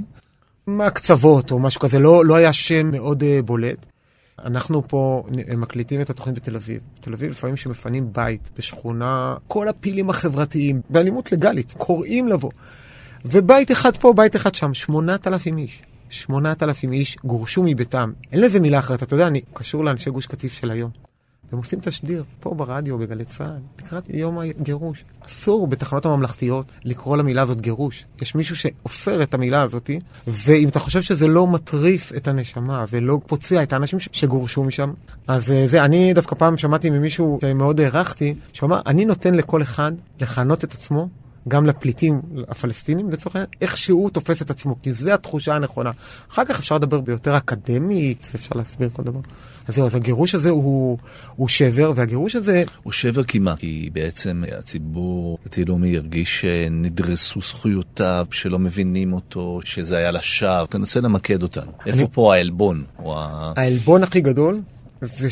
מהקצוות או משהו כזה, לא היה שם מאוד בולט. אנחנו פה מקליטים את התוכנית בתל אביב. בתל אביב לפעמים שמפנים בית בשכונה, כל הפילים החברתיים, באלימות לגלית, קוראים לבוא. ובית אחד פה, בית אחד שם, 8,000 איש. 8,000 איש גורשו מביתם. אין לזה מילה אחרת, אתה יודע, אני קשור לאנשי גוש קטיף של היום. הם עושים תשדיר פה ברדיו, בגלי צה"ל, לקראת יום הגירוש. אסור בתחנות הממלכתיות לקרוא למילה הזאת גירוש. יש מישהו שאופר את המילה הזאת, ואם אתה חושב שזה לא מטריף את הנשמה, ולא פוצע את האנשים שגורשו משם, אז זה, אני דווקא פעם שמעתי ממישהו שמאוד הערכתי, שאומר, אני נותן לכל אחד לכנות את עצמו, גם לפליטים הפלסטינים, לצורך העניין, איך שהוא תופס את עצמו, כי זו התחושה הנכונה. אחר כך אפשר לדבר ביותר אקדמית, ואפשר להסביר כל דבר. אז זהו, אז הגירוש הזה הוא שבר, והגירוש הזה... הוא שבר כי מה? כי בעצם הציבור הדתי-לאומי הרגיש שנדרסו זכויותיו, שלא מבינים אותו, שזה היה לשווא. תנסה למקד אותנו. איפה פה העלבון? העלבון הכי גדול זה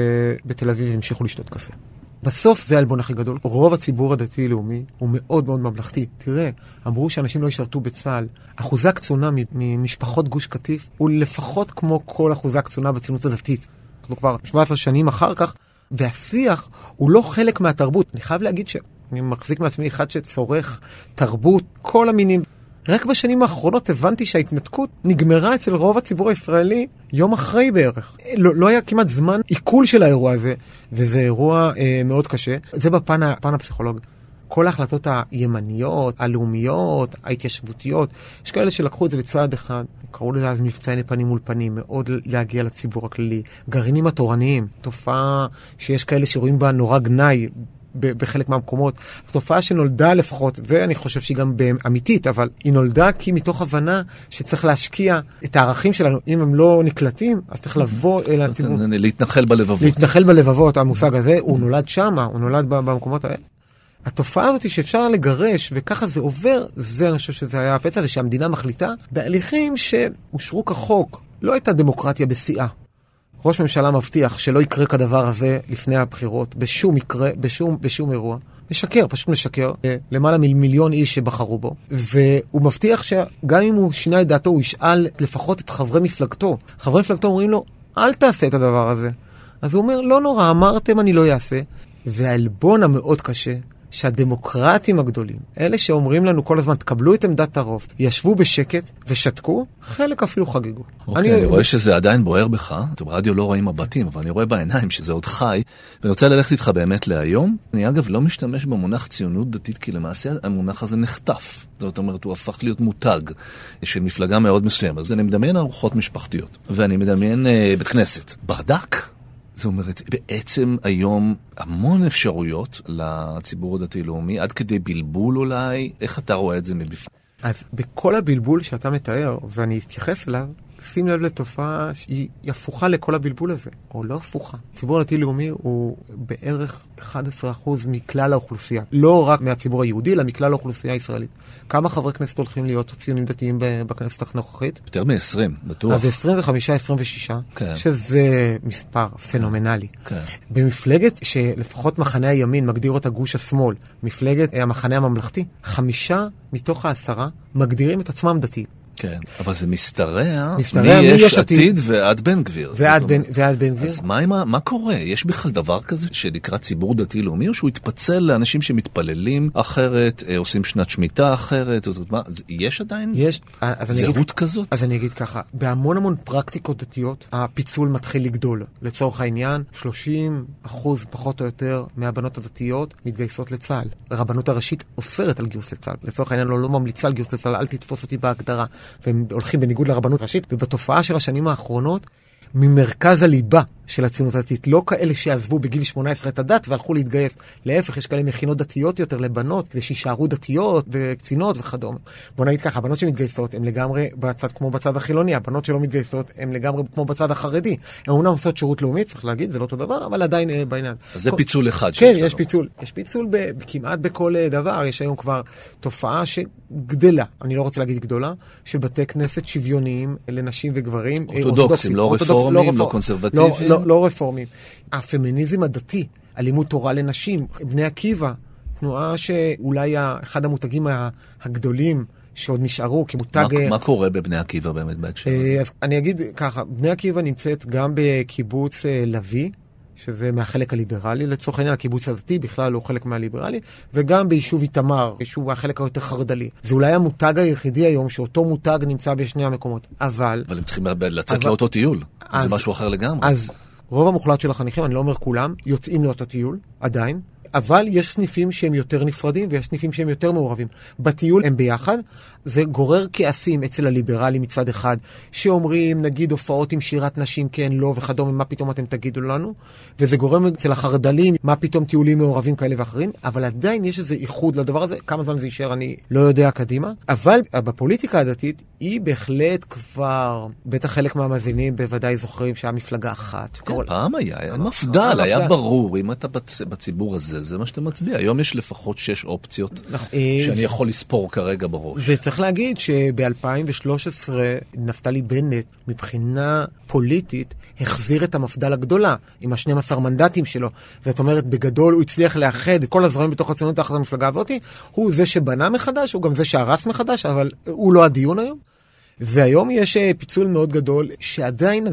שבתל אביב המשיכו לשתות קפה. בסוף זה העלבון הכי גדול. רוב הציבור הדתי-לאומי הוא מאוד מאוד ממלכתי. תראה, אמרו שאנשים לא ישרתו בצה"ל. אחוזי הקצונה ממשפחות גוש קטיף הוא לפחות כמו כל אחוזי הקצונה בציונות הדתית. אנחנו כבר 17 שנים אחר כך, והשיח הוא לא חלק מהתרבות. אני חייב להגיד שאני מחזיק מעצמי אחד שצורך תרבות, כל המינים. רק בשנים האחרונות הבנתי שההתנתקות נגמרה אצל רוב הציבור הישראלי יום אחרי בערך. לא היה כמעט זמן עיכול של האירוע הזה, וזה אירוע מאוד קשה. זה בפן הפסיכולוגי. כל ההחלטות הימניות, הלאומיות, ההתיישבותיות, יש כאלה שלקחו את זה לצעד אחד, קראו לזה אז מבצעי פנים מול פנים, מאוד להגיע לציבור הכללי. גרעינים התורניים, תופעה שיש כאלה שרואים בה נורא גנאי, בחלק מהמקומות. זו תופעה שנולדה לפחות, ואני חושב שהיא גם אמיתית, אבל היא נולדה כי מתוך הבנה שצריך להשקיע את הערכים שלנו. אם הם לא נקלטים, אז צריך לבוא אל הציבור. להתנחל בלבבות. להתנחל בלבבות, המושג הזה, הוא נולד שמה, הוא נולד במקומות האלה. התופעה הזאת שאפשר לגרש, וככה זה עובר, זה אני חושב שזה היה הפצע, ושהמדינה מחליטה בהליכים שאושרו כחוק. לא הייתה דמוקרטיה בשיאה. ראש ממשלה מבטיח שלא יקרה כדבר הזה לפני הבחירות, בשום מקרה, בשום אירוע. משקר, פשוט משקר. למעלה ממיליון איש שבחרו בו. והוא מבטיח שגם אם הוא שינה את דעתו, הוא ישאל לפחות את חברי מפלגתו. חברי מפלגתו אומרים לו, אל תעשה את הדבר הזה. אז הוא אומר, לא נורא, אמרתם אני לא אעשה. והעלבון המאוד קשה, שהדמוקרטים הגדולים, אלה שאומרים לנו כל הזמן, תקבלו את עמדת הרוב, ישבו בשקט ושתקו, חלק אפילו חגגו. אני רואה שזה עדיין בוער בך, ברדיו לא רואים מבטים, אבל אני רואה בעיניים שזה עוד חי, ואני רוצה ללכת איתך באמת להיום. אני אגב לא משתמש במונח ציונות דתית, כי למעשה המונח הזה נחטף. זאת אומרת, הוא הפך להיות מותג של מפלגה מאוד מסוימת. אז אני מדמיין ארוחות משפחתיות, ואני מדמיין בית כנסת. ברדק? זאת אומרת, בעצם היום המון אפשרויות לציבור הדתי-לאומי, עד כדי בלבול אולי, איך אתה רואה את זה מבפנים? אז בכל הבלבול שאתה מתאר, ואני אתייחס אליו, שים לב לתופעה שהיא הפוכה לכל הבלבול הזה, או לא הפוכה. הציבור הדתי-לאומי הוא בערך 11% מכלל האוכלוסייה. לא רק מהציבור היהודי, אלא מכלל האוכלוסייה הישראלית. כמה חברי כנסת הולכים להיות ציונים דתיים בכנסת הנוכחית? יותר מ-20, בטוח. אז 25-26, כן. שזה מספר פנומנלי. כן. במפלגת שלפחות מחנה הימין מגדיר אותה גוש השמאל, מפלגת המחנה הממלכתי, 5 מתוך 10 מגדירים את עצמם דתיים. כן, אבל זה משתרע מיש עתיד ועד בן גביר. ועד בן גביר. אז מה קורה? יש בכלל דבר כזה שנקרא ציבור דתי-לאומי, או שהוא יתפצל לאנשים שמתפללים אחרת, עושים שנת שמיטה אחרת? זאת אומרת, יש עדיין זהות כזאת? אז אני אגיד ככה, בהמון פרקטיקות דתיות, הפיצול מתחיל לגדול. לצורך העניין, 30% פחות או יותר מהבנות הדתיות מתגייסות לצה"ל. הרבנות הראשית אוסרת על גיוס לצה"ל. לצורך העניין לא ממליצה על גיוס לצה"ל, אל תתפוס אותי בהגדרה. והם הולכים בניגוד לרבנות ראשית, ובתופעה של השנים האחרונות, ממרכז הליבה של הציונות הדתית, לא כאלה שעזבו בגיל 18 את הדת והלכו להתגייס. להפך, יש כאלה מכינות דתיות יותר לבנות, כדי שישארו דתיות וקצינות וכדומה. בוא נגיד ככה, הבנות שמתגייסות הם לגמרי בצד כמו בצד החילוני, הבנות שלא מתגייסות הם לגמרי כמו בצד החרדי. הם אומנם עושות שירות לאומי, צריך להגיד, זה לא אותו דבר, אבל עדיין בעניין. אז זה פיצול אחד. כן, יש פיצול. יש פיצול כמעט בכל דבר. יש היום כבר תופעה שגדלה, אני לא רוצה להגיד גדולה, שבתי כנסת שוויוניים לנשים וגברים. אורתודוקסים, לא רפורמים, לא קונסרבטיביים. לא רפורמים. הפמיניזם הדתי, אלימות תורה לנשים, בני עקיבא, תנועה שאולי אחד המותגים הגדולים שעוד נשארו כמותג... מה קורה בבני עקיבא באמת בהקשר הזה? אז אני אגיד ככה, בני עקיבא נמצאת גם בקיבוץ לוי, שזה מהחלק הליברלי, לצורך העניין הקיבוץ הדתי בכלל הוא חלק מהליברלי, וגם ביישוב איתמר, שהוא החלק היותר חרד"לי. זה אולי המותג היחידי היום, שאותו מותג נמצא בשני המקומות. אבל הם צריכים לצאת לאותו טיול. זה משהו אחר לגמרי. אז רוב המוחלט של החניכים, אני לא אומר כולם, יוצאים לאותו טיול, עדיין. אבל יש סניפים שהם יותר נפרדים, ויש סניפים שהם יותר מעורבים. בטיול הם ביחד, זה גורר כעסים אצל הליברלים מצד אחד, שאומרים, נגיד, הופעות עם שירת נשים, כן, לא, וכדומה, מה פתאום אתם תגידו לנו? וזה גורם אצל החרד"לים, מה פתאום טיולים מעורבים כאלה ואחרים, אבל עדיין יש איזה איחוד לדבר הזה, כמה זמן זה יישאר, אני לא יודע קדימה. אבל בפוליטיקה הדתית, היא בהחלט כבר, בטח חלק מהמאזינים בוודאי זוכרים שהיה מפלגה אחת. כן, פעם היה מפד"ל, היה ברור, אם אתה בציבור הזה, זה מה שאתה מצביע. היום יש לפחות 6 אופציות שאני יכול לספור כרגע בראש. וצריך להגיד שב-2013 נפתלי בנט, מבחינה פוליטית, החזיר את המפד"ל הגדולה, עם ה-12 מנדטים שלו. זאת אומרת, בגדול הוא הצליח לאחד את כל הזרמים בתוך הציונות תחת המפלגה הזאת. הוא זה שבנה מחדש, הוא גם זה שהרס מחדש, אבל הוא לא הדיון היום. והיום יש פיצול מאוד גדול, שעדיין,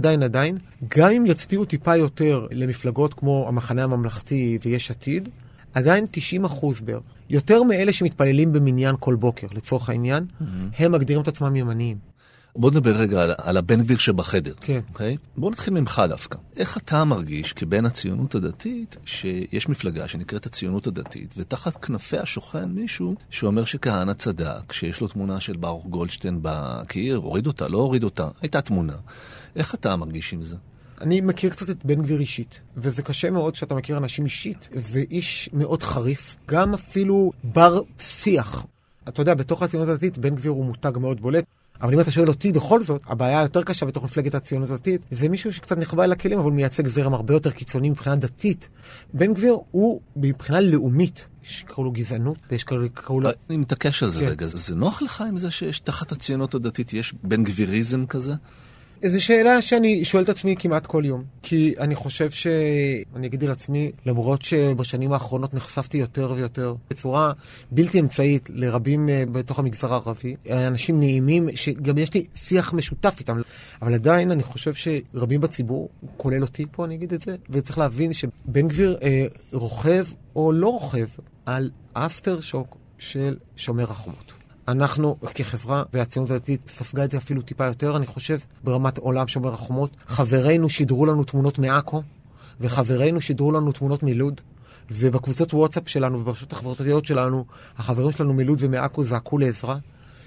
גם אם יצפיעו טיפה יותר למפלגות כמו המחנה הממלכתי ויש עתיד, עדיין 90% בערך. יותר מאלה שמתפללים במניין כל בוקר, לצורך העניין, הם מגדירים את עצמם ימניים. בוא נדבר רגע על הבן גביר שבחדר. כן. אוקיי? בוא נתחיל ממך דווקא. איך אתה מרגיש כבן הציונות הדתית, שיש מפלגה שנקראת הציונות הדתית, ותחת כנפיה שוכן מישהו שאומר שכהנא צדק, שיש לו תמונה של ברוך גולדשטיין בקיר, הוריד אותה, לא הוריד אותה, הייתה תמונה. איך אתה מרגיש עם זה? אני מכיר קצת את בן גביר אישית, וזה קשה מאוד שאתה מכיר אנשים אישית, ואיש מאוד חריף, גם אפילו בר שיח. אתה יודע, בתוך הציונות הדתית, בן גביר הוא מותג מאוד בולט, אבל אם אתה שואל אותי, בכל זאת, הבעיה היותר קשה בתוך מפלגת הציונות הדתית, זה מישהו שקצת נחבא אל הכלים, אבל מייצג זרם הרבה יותר קיצוני מבחינה דתית. בן גביר הוא מבחינה לאומית, שקראו לו גזענות, ויש קראו לו... אני מתעקש על זה רגע, זה נוח לך עם זה שיש תחת הציונות הדתית, יש בן גביריזם כזה? זו שאלה שאני שואל את עצמי כמעט כל יום. כי אני חושב אני אגיד לעצמי, למרות שבשנים האחרונות נחשפתי יותר ויותר בצורה בלתי אמצעית לרבים בתוך המגזר הערבי, אנשים נעימים שגם יש לי שיח משותף איתם. אבל עדיין אני חושב שרבים בציבור, כולל אותי פה אני אגיד את זה, וצריך להבין שבן גביר רוכב או לא רוכב על האפטר שוק של שומר החומות. אנחנו כחברה והציונות הדתית ספגה את זה אפילו טיפה יותר, אני חושב, ברמת עולם שומר החומות. חברינו שידרו לנו תמונות מעכו, וחברינו שידרו לנו תמונות מלוד, ובקבוצות וואטסאפ שלנו וברשתות החברתיות שלנו, החברים שלנו מלוד ומעכו זעקו לעזרה,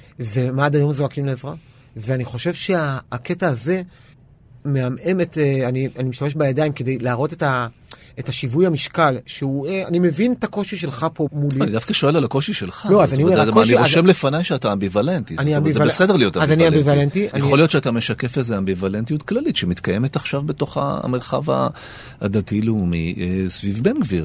ומה עד היום זועקים לעזרה? ואני חושב שהקטע הזה מעמעם אני משתמש בידיים כדי להראות את השיווי המשקל, שהוא, אני מבין את הקושי שלך פה מולי. אני דווקא שואל על הקושי שלך. לא, אז אני אומר, הקושי... אני רושם לפניי שאתה אמביוולנטי. זה בסדר להיות אמביוולנטי. אז אני אמביוולנטי. יכול להיות שאתה משקף איזו אמביוולנטיות כללית, שמתקיימת עכשיו בתוך המרחב הדתי-לאומי סביב בן גביר.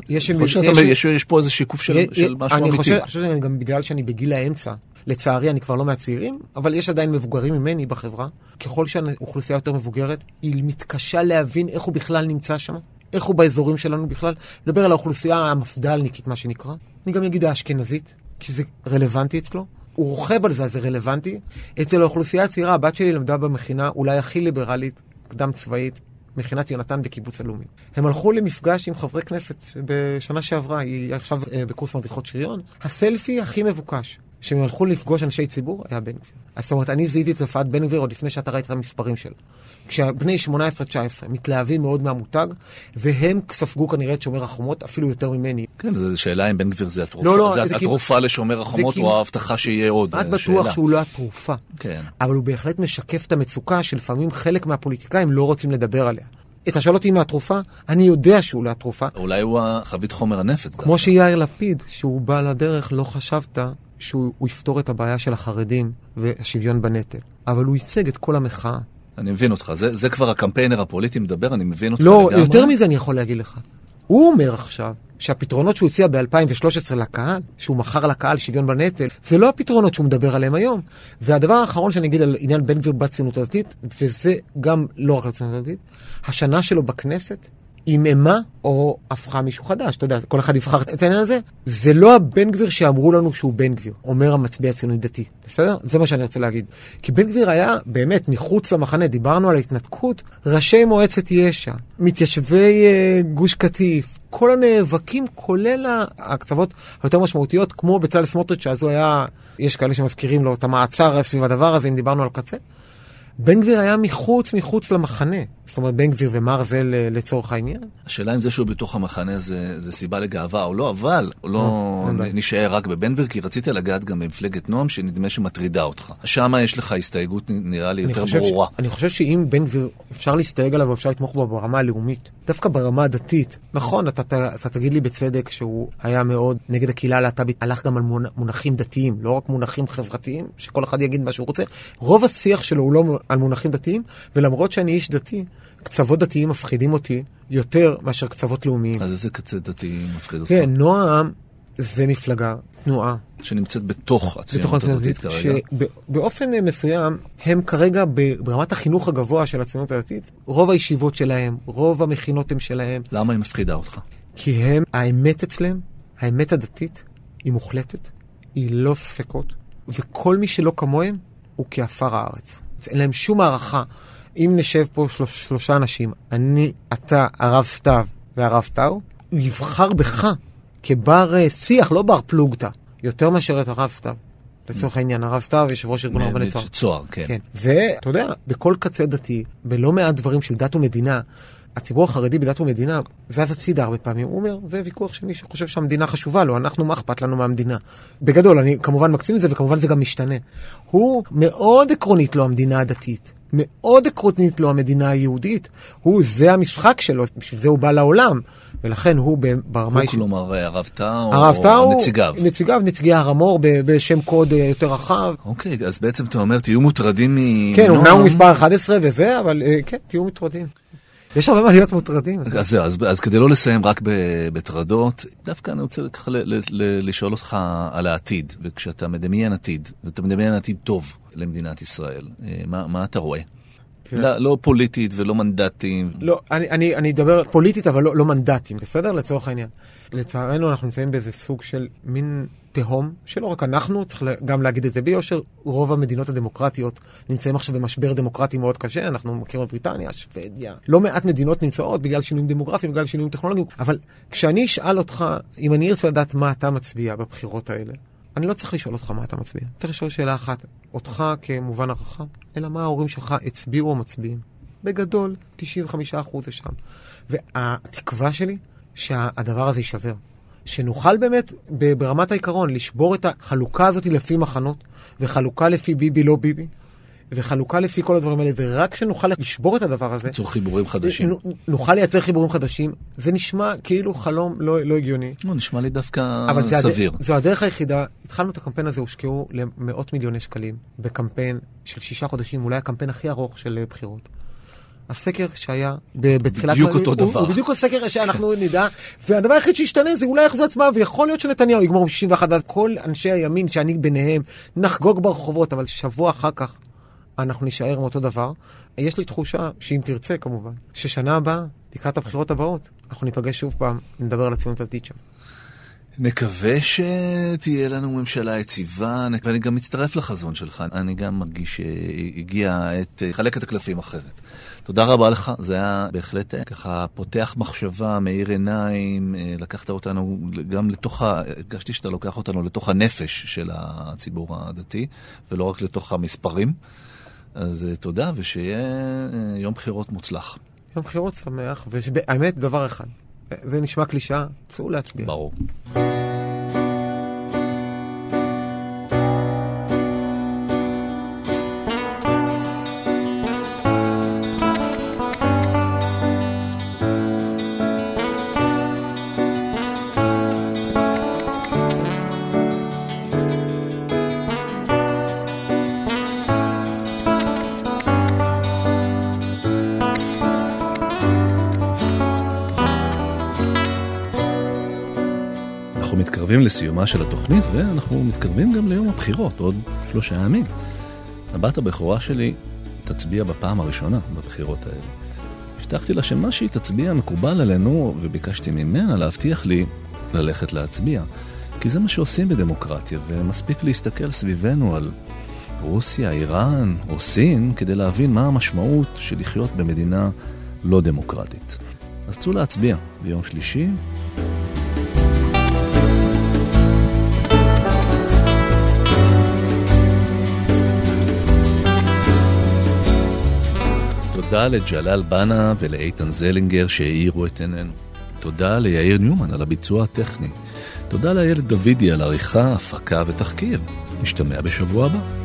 יש פה איזה שיקוף של משהו אמיתי. אני חושב גם בגלל שאני בגיל האמצע, לצערי אני כבר לא מהצעירים, אבל יש עדיין מבוגרים ממני בחברה. ככל שהאוכלוסייה יותר מבוגרת, היא מתקשה להבין איך הוא בכלל נמצא שם. איך הוא באזורים שלנו בכלל? לדבר על האוכלוסייה המפדלניקית, מה שנקרא. אני גם אגיד האשכנזית, כי זה רלוונטי אצלו. הוא רוכב על זה, זה רלוונטי. אצל האוכלוסייה הצעירה, הבת שלי למדה במכינה, אולי הכי ליברלית, קדם צבאית, מכינת יונתן בקיבוץ הלאומי. הם הלכו למפגש עם חברי כנסת בשנה שעברה, היא עכשיו בקורס מדריכות שריון. הסלפי הכי מבוקש, שהם הלכו לפגוש אנשי ציבור, היה בן גביר. זאת אומרת, אני זיהיתי את תופעת בן גביר עוד לפני שאתה ראית את המספרים שלו. כשבני 18-19 מתלהבים מאוד מהמותג, והם ספגו כנראה את שומר החומות, אפילו יותר ממני. כן, זו שאלה אם בן גביר זה התרופה. לא, זה התרופה לשומר החומות, או ההבטחה שיהיה עוד. את בטוח שהוא לא התרופה. כן. אבל הוא בהחלט משקף את המצוקה, שלפעמים חלק מהפוליטיקאים לא רוצים לדבר עליה. את השאל אותי מהתרופה, אני יודע שהוא לא התרופה. אולי הוא חבית חומר הנפץ. כמו שיאיר לפיד, שהוא בא לדרך, לא חשבת שהוא יפתור את הבעיה של החרדים והשוויון בנטל. אבל הוא ייצג את כל המחאה. אני מבין אותך, זה כבר הקמפיינר הפוליטי מדבר, אני מבין אותך לגמרי. לא, יותר מזה אני יכול להגיד לך. הוא אומר עכשיו שהפתרונות שהוא הציע ב-2013 לקהל, שהוא מכר לקהל שוויון בנטל, זה לא הפתרונות שהוא מדבר עליהם היום. והדבר האחרון שאני אגיד על עניין בן גביר בציונות הדתית, וזה גם לא רק לציונות הדתית, השנה שלו בכנסת אימה או הפכה מישהו חדש. אתה יודע, כל אחד יבחר את העניין הזה. זה לא הבן גביר שאמרו לנו שהוא בן גביר, אומר המצביע הציוני דתי. בסדר? זה מה שאני רוצה להגיד. כי בן גביר היה באמת מחוץ למחנה, דיברנו על ההתנתקות, ראשי מועצת יש"ע, מתיישבי גוש קטיף, כל הנאבקים, כולל הקצוות היותר משמעותיות, כמו בצלאל סמוטריץ', שאז הוא היה, יש כאלה שמזכירים לו את המעצר סביב הדבר הזה, אם דיברנו על קצה. בן גביר היה מחוץ למחנה. זאת אומרת, בן גביר ומרזל לצורך העניין. השאלה אם זה שהוא בתוך המחנה זה סיבה לגאווה או לא, אבל לא נשאר רק בבן גביר, כי רציתי לגעת גם במפלגת נועם, שנדמה שמטרידה אותך. שם יש לך הסתייגות, נראה לי, יותר ברורה. אני חושב שאם בן גביר אפשר להסתייג עליו, ואפשר לתמוך בו ברמה הלאומית, דווקא ברמה הדתית. נכון, אתה תגיד לי בצדק שהוא היה מאוד נגד הקהילה הלהט"בית, הלך גם על מונחים דתיים, לא רק מונחים חברתיים, שכל אחד יגיד מה שהוא רוצה. רוב השיח שלו הוא לא על מונחים דתיים, ולמרות שאני איש דתי, קצוות דתיים מפחידים אותי יותר מאשר קצוות לאומיים. אז איזה קצה דתי מפחיד אותך? כן, נועם זה מפלגה, תנועה. שנמצאת בתוך הציונות הדתית כרגע. שבאופן מסוים, הם כרגע ברמת החינוך הגבוה של הציונות הדתית, רוב הישיבות שלהם, רוב המכינות הם שלהם. למה היא מפחידה אותך? כי הם, האמת אצלם, האמת הדתית, היא מוחלטת, היא לא ספקות, וכל מי שלא כמוהם, הוא כאפר הארץ. אין להם שום הערכה. אם נשב פה שלושה אנשים, אני, אתה, הרב סתיו והרב טאו, הוא יבחר בך כבר שיח, לא בר פלוגתא, יותר מאשר את הרב סתיו. לצורך העניין, הרב סתיו, יושב ראש ארגון רבני צוהר. צוהר, כן. ואתה יודע, בכל קצה דתי, בלא מעט דברים של דת ומדינה, הציבור החרדי בדת ומדינה, זז הצידה הרבה פעמים. הוא אומר, זה ויכוח של מי שחושב שהמדינה חשובה לו, אנחנו מה אכפת לנו מהמדינה. בגדול, אני כמובן מקצין את זה, וכמובן זה גם משתנה. הוא מאוד עקרונית לו המדינה הדתית. מאוד עקרונית לו המדינה היהודית. זה המשחק שלו, בשביל זה הוא בא לעולם. ולכן הוא ברמה... הוא כלומר הרב טאו או נציגיו? נציגי הרמור בשם קוד יותר רחב. אוקיי, אז בעצם אתה אומר, תהיו מוטרדים כן, אומנם הוא מספר 11 וזה, אבל כן, תהיו מוטרדים. יש הרבה מה להיות מוטרדים. אז כדי לא לסיים רק בטרדות, דווקא אני רוצה ככה לשאול אותך על העתיד, וכשאתה מדמיין עתיד, ואתה מדמיין עתיד טוב למדינת ישראל, מה אתה רואה? לא פוליטית ולא מנדטים. לא, אני אדבר פוליטית, אבל לא מנדטים, בסדר? לצורך העניין. לצערנו אנחנו נמצאים באיזה סוג של מין תהום, שלא רק אנחנו, צריך גם להגיד את זה ביושר, רוב המדינות הדמוקרטיות נמצאים עכשיו במשבר דמוקרטי מאוד קשה, אנחנו מכירים בבריטניה, שוודיה, לא מעט מדינות נמצאות בגלל שינויים דמוגרפיים, בגלל שינויים טכנולוגיים, אבל כשאני אשאל אותך, אם אני ארצה לדעת מה אתה מצביע בבחירות האלה, אני לא צריך לשאול אותך מה אתה מצביע, צריך לשאול שאלה אחת, אותך כמובן הרחב, אלא מה ההורים שלך הצביעו או מצביעים. בגדול, 95% זה שם. והתקווה שלי, שהדבר הזה יישבר. שנוכל באמת ברמת העיקרון לשבור את החלוקה הזאת לפי מחנות, וחלוקה לפי ביבי לא ביבי, וחלוקה לפי כל הדברים האלה, ורק שנוכל לשבור את הדבר הזה, ליצור חיבורים חדשים. נוכל לייצר חיבורים חדשים, זה נשמע כאילו חלום לא הגיוני. נשמע לי דווקא סביר. זו הדרך היחידה, התחלנו את הקמפיין הזה, הושקעו למאות מיליוני שקלים, בקמפיין של 6 חודשים, אולי הקמפיין הכי ארוך של בחירות. הסקר שהיה בתחילת... בדיוק אותו דבר. הוא בדיוק הסקר שאנחנו נדע, והדבר היחיד שישתנה זה אולי אחוז הצבעה, ויכול להיות שנתניהו יגמור ב-61, כל אנשי הימין שאני ביניהם נחגוג ברחובות, אבל שבוע אחר כך אנחנו נשאר עם אותו דבר. יש לי תחושה, שאם תרצה כמובן, ששנה הבאה, לקראת הבחירות הבאות, אנחנו ניפגש שוב פעם, נדבר על הציונות הדתית שם. נקווה שתהיה לנו ממשלה יציבה, ואני גם מצטרף לחזון שלך. אני גם מרגיש שהגיע העת לחלק את הקלפים אחרת. תודה רבה לך, זה היה בהחלט ככה פותח מחשבה, מאיר עיניים, לקחת אותנו גם לתוך, הרגשתי שאתה לוקח אותנו לתוך הנפש של הציבור הדתי, ולא רק לתוך המספרים. אז תודה, ושיהיה יום בחירות מוצלח. יום בחירות שמח, ובאמת דבר אחד, זה נשמע קלישה, צאו להצביע. ברור. מתקרבים לסיומה של התוכנית, ואנחנו מתקרבים גם ליום הבחירות, עוד 3 ימים. הבת הבכורה שלי תצביע בפעם הראשונה בבחירות האלה. הבטחתי לה שמה שהיא תצביע מקובל עלינו, וביקשתי ממנה להבטיח לי ללכת להצביע. כי זה מה שעושים בדמוקרטיה, ומספיק להסתכל סביבנו על רוסיה, איראן או סין, כדי להבין מה המשמעות של לחיות במדינה לא דמוקרטית. אז צאו להצביע ביום שלישי. תודה לג'לל בנה ולאיתן זלינגר שהעירו את עינינו. תודה ליאיר ניומן על הביצוע הטכני. תודה לילד דוידי על עריכה, הפקה ותחקיר. נשתמע בשבוע הבא.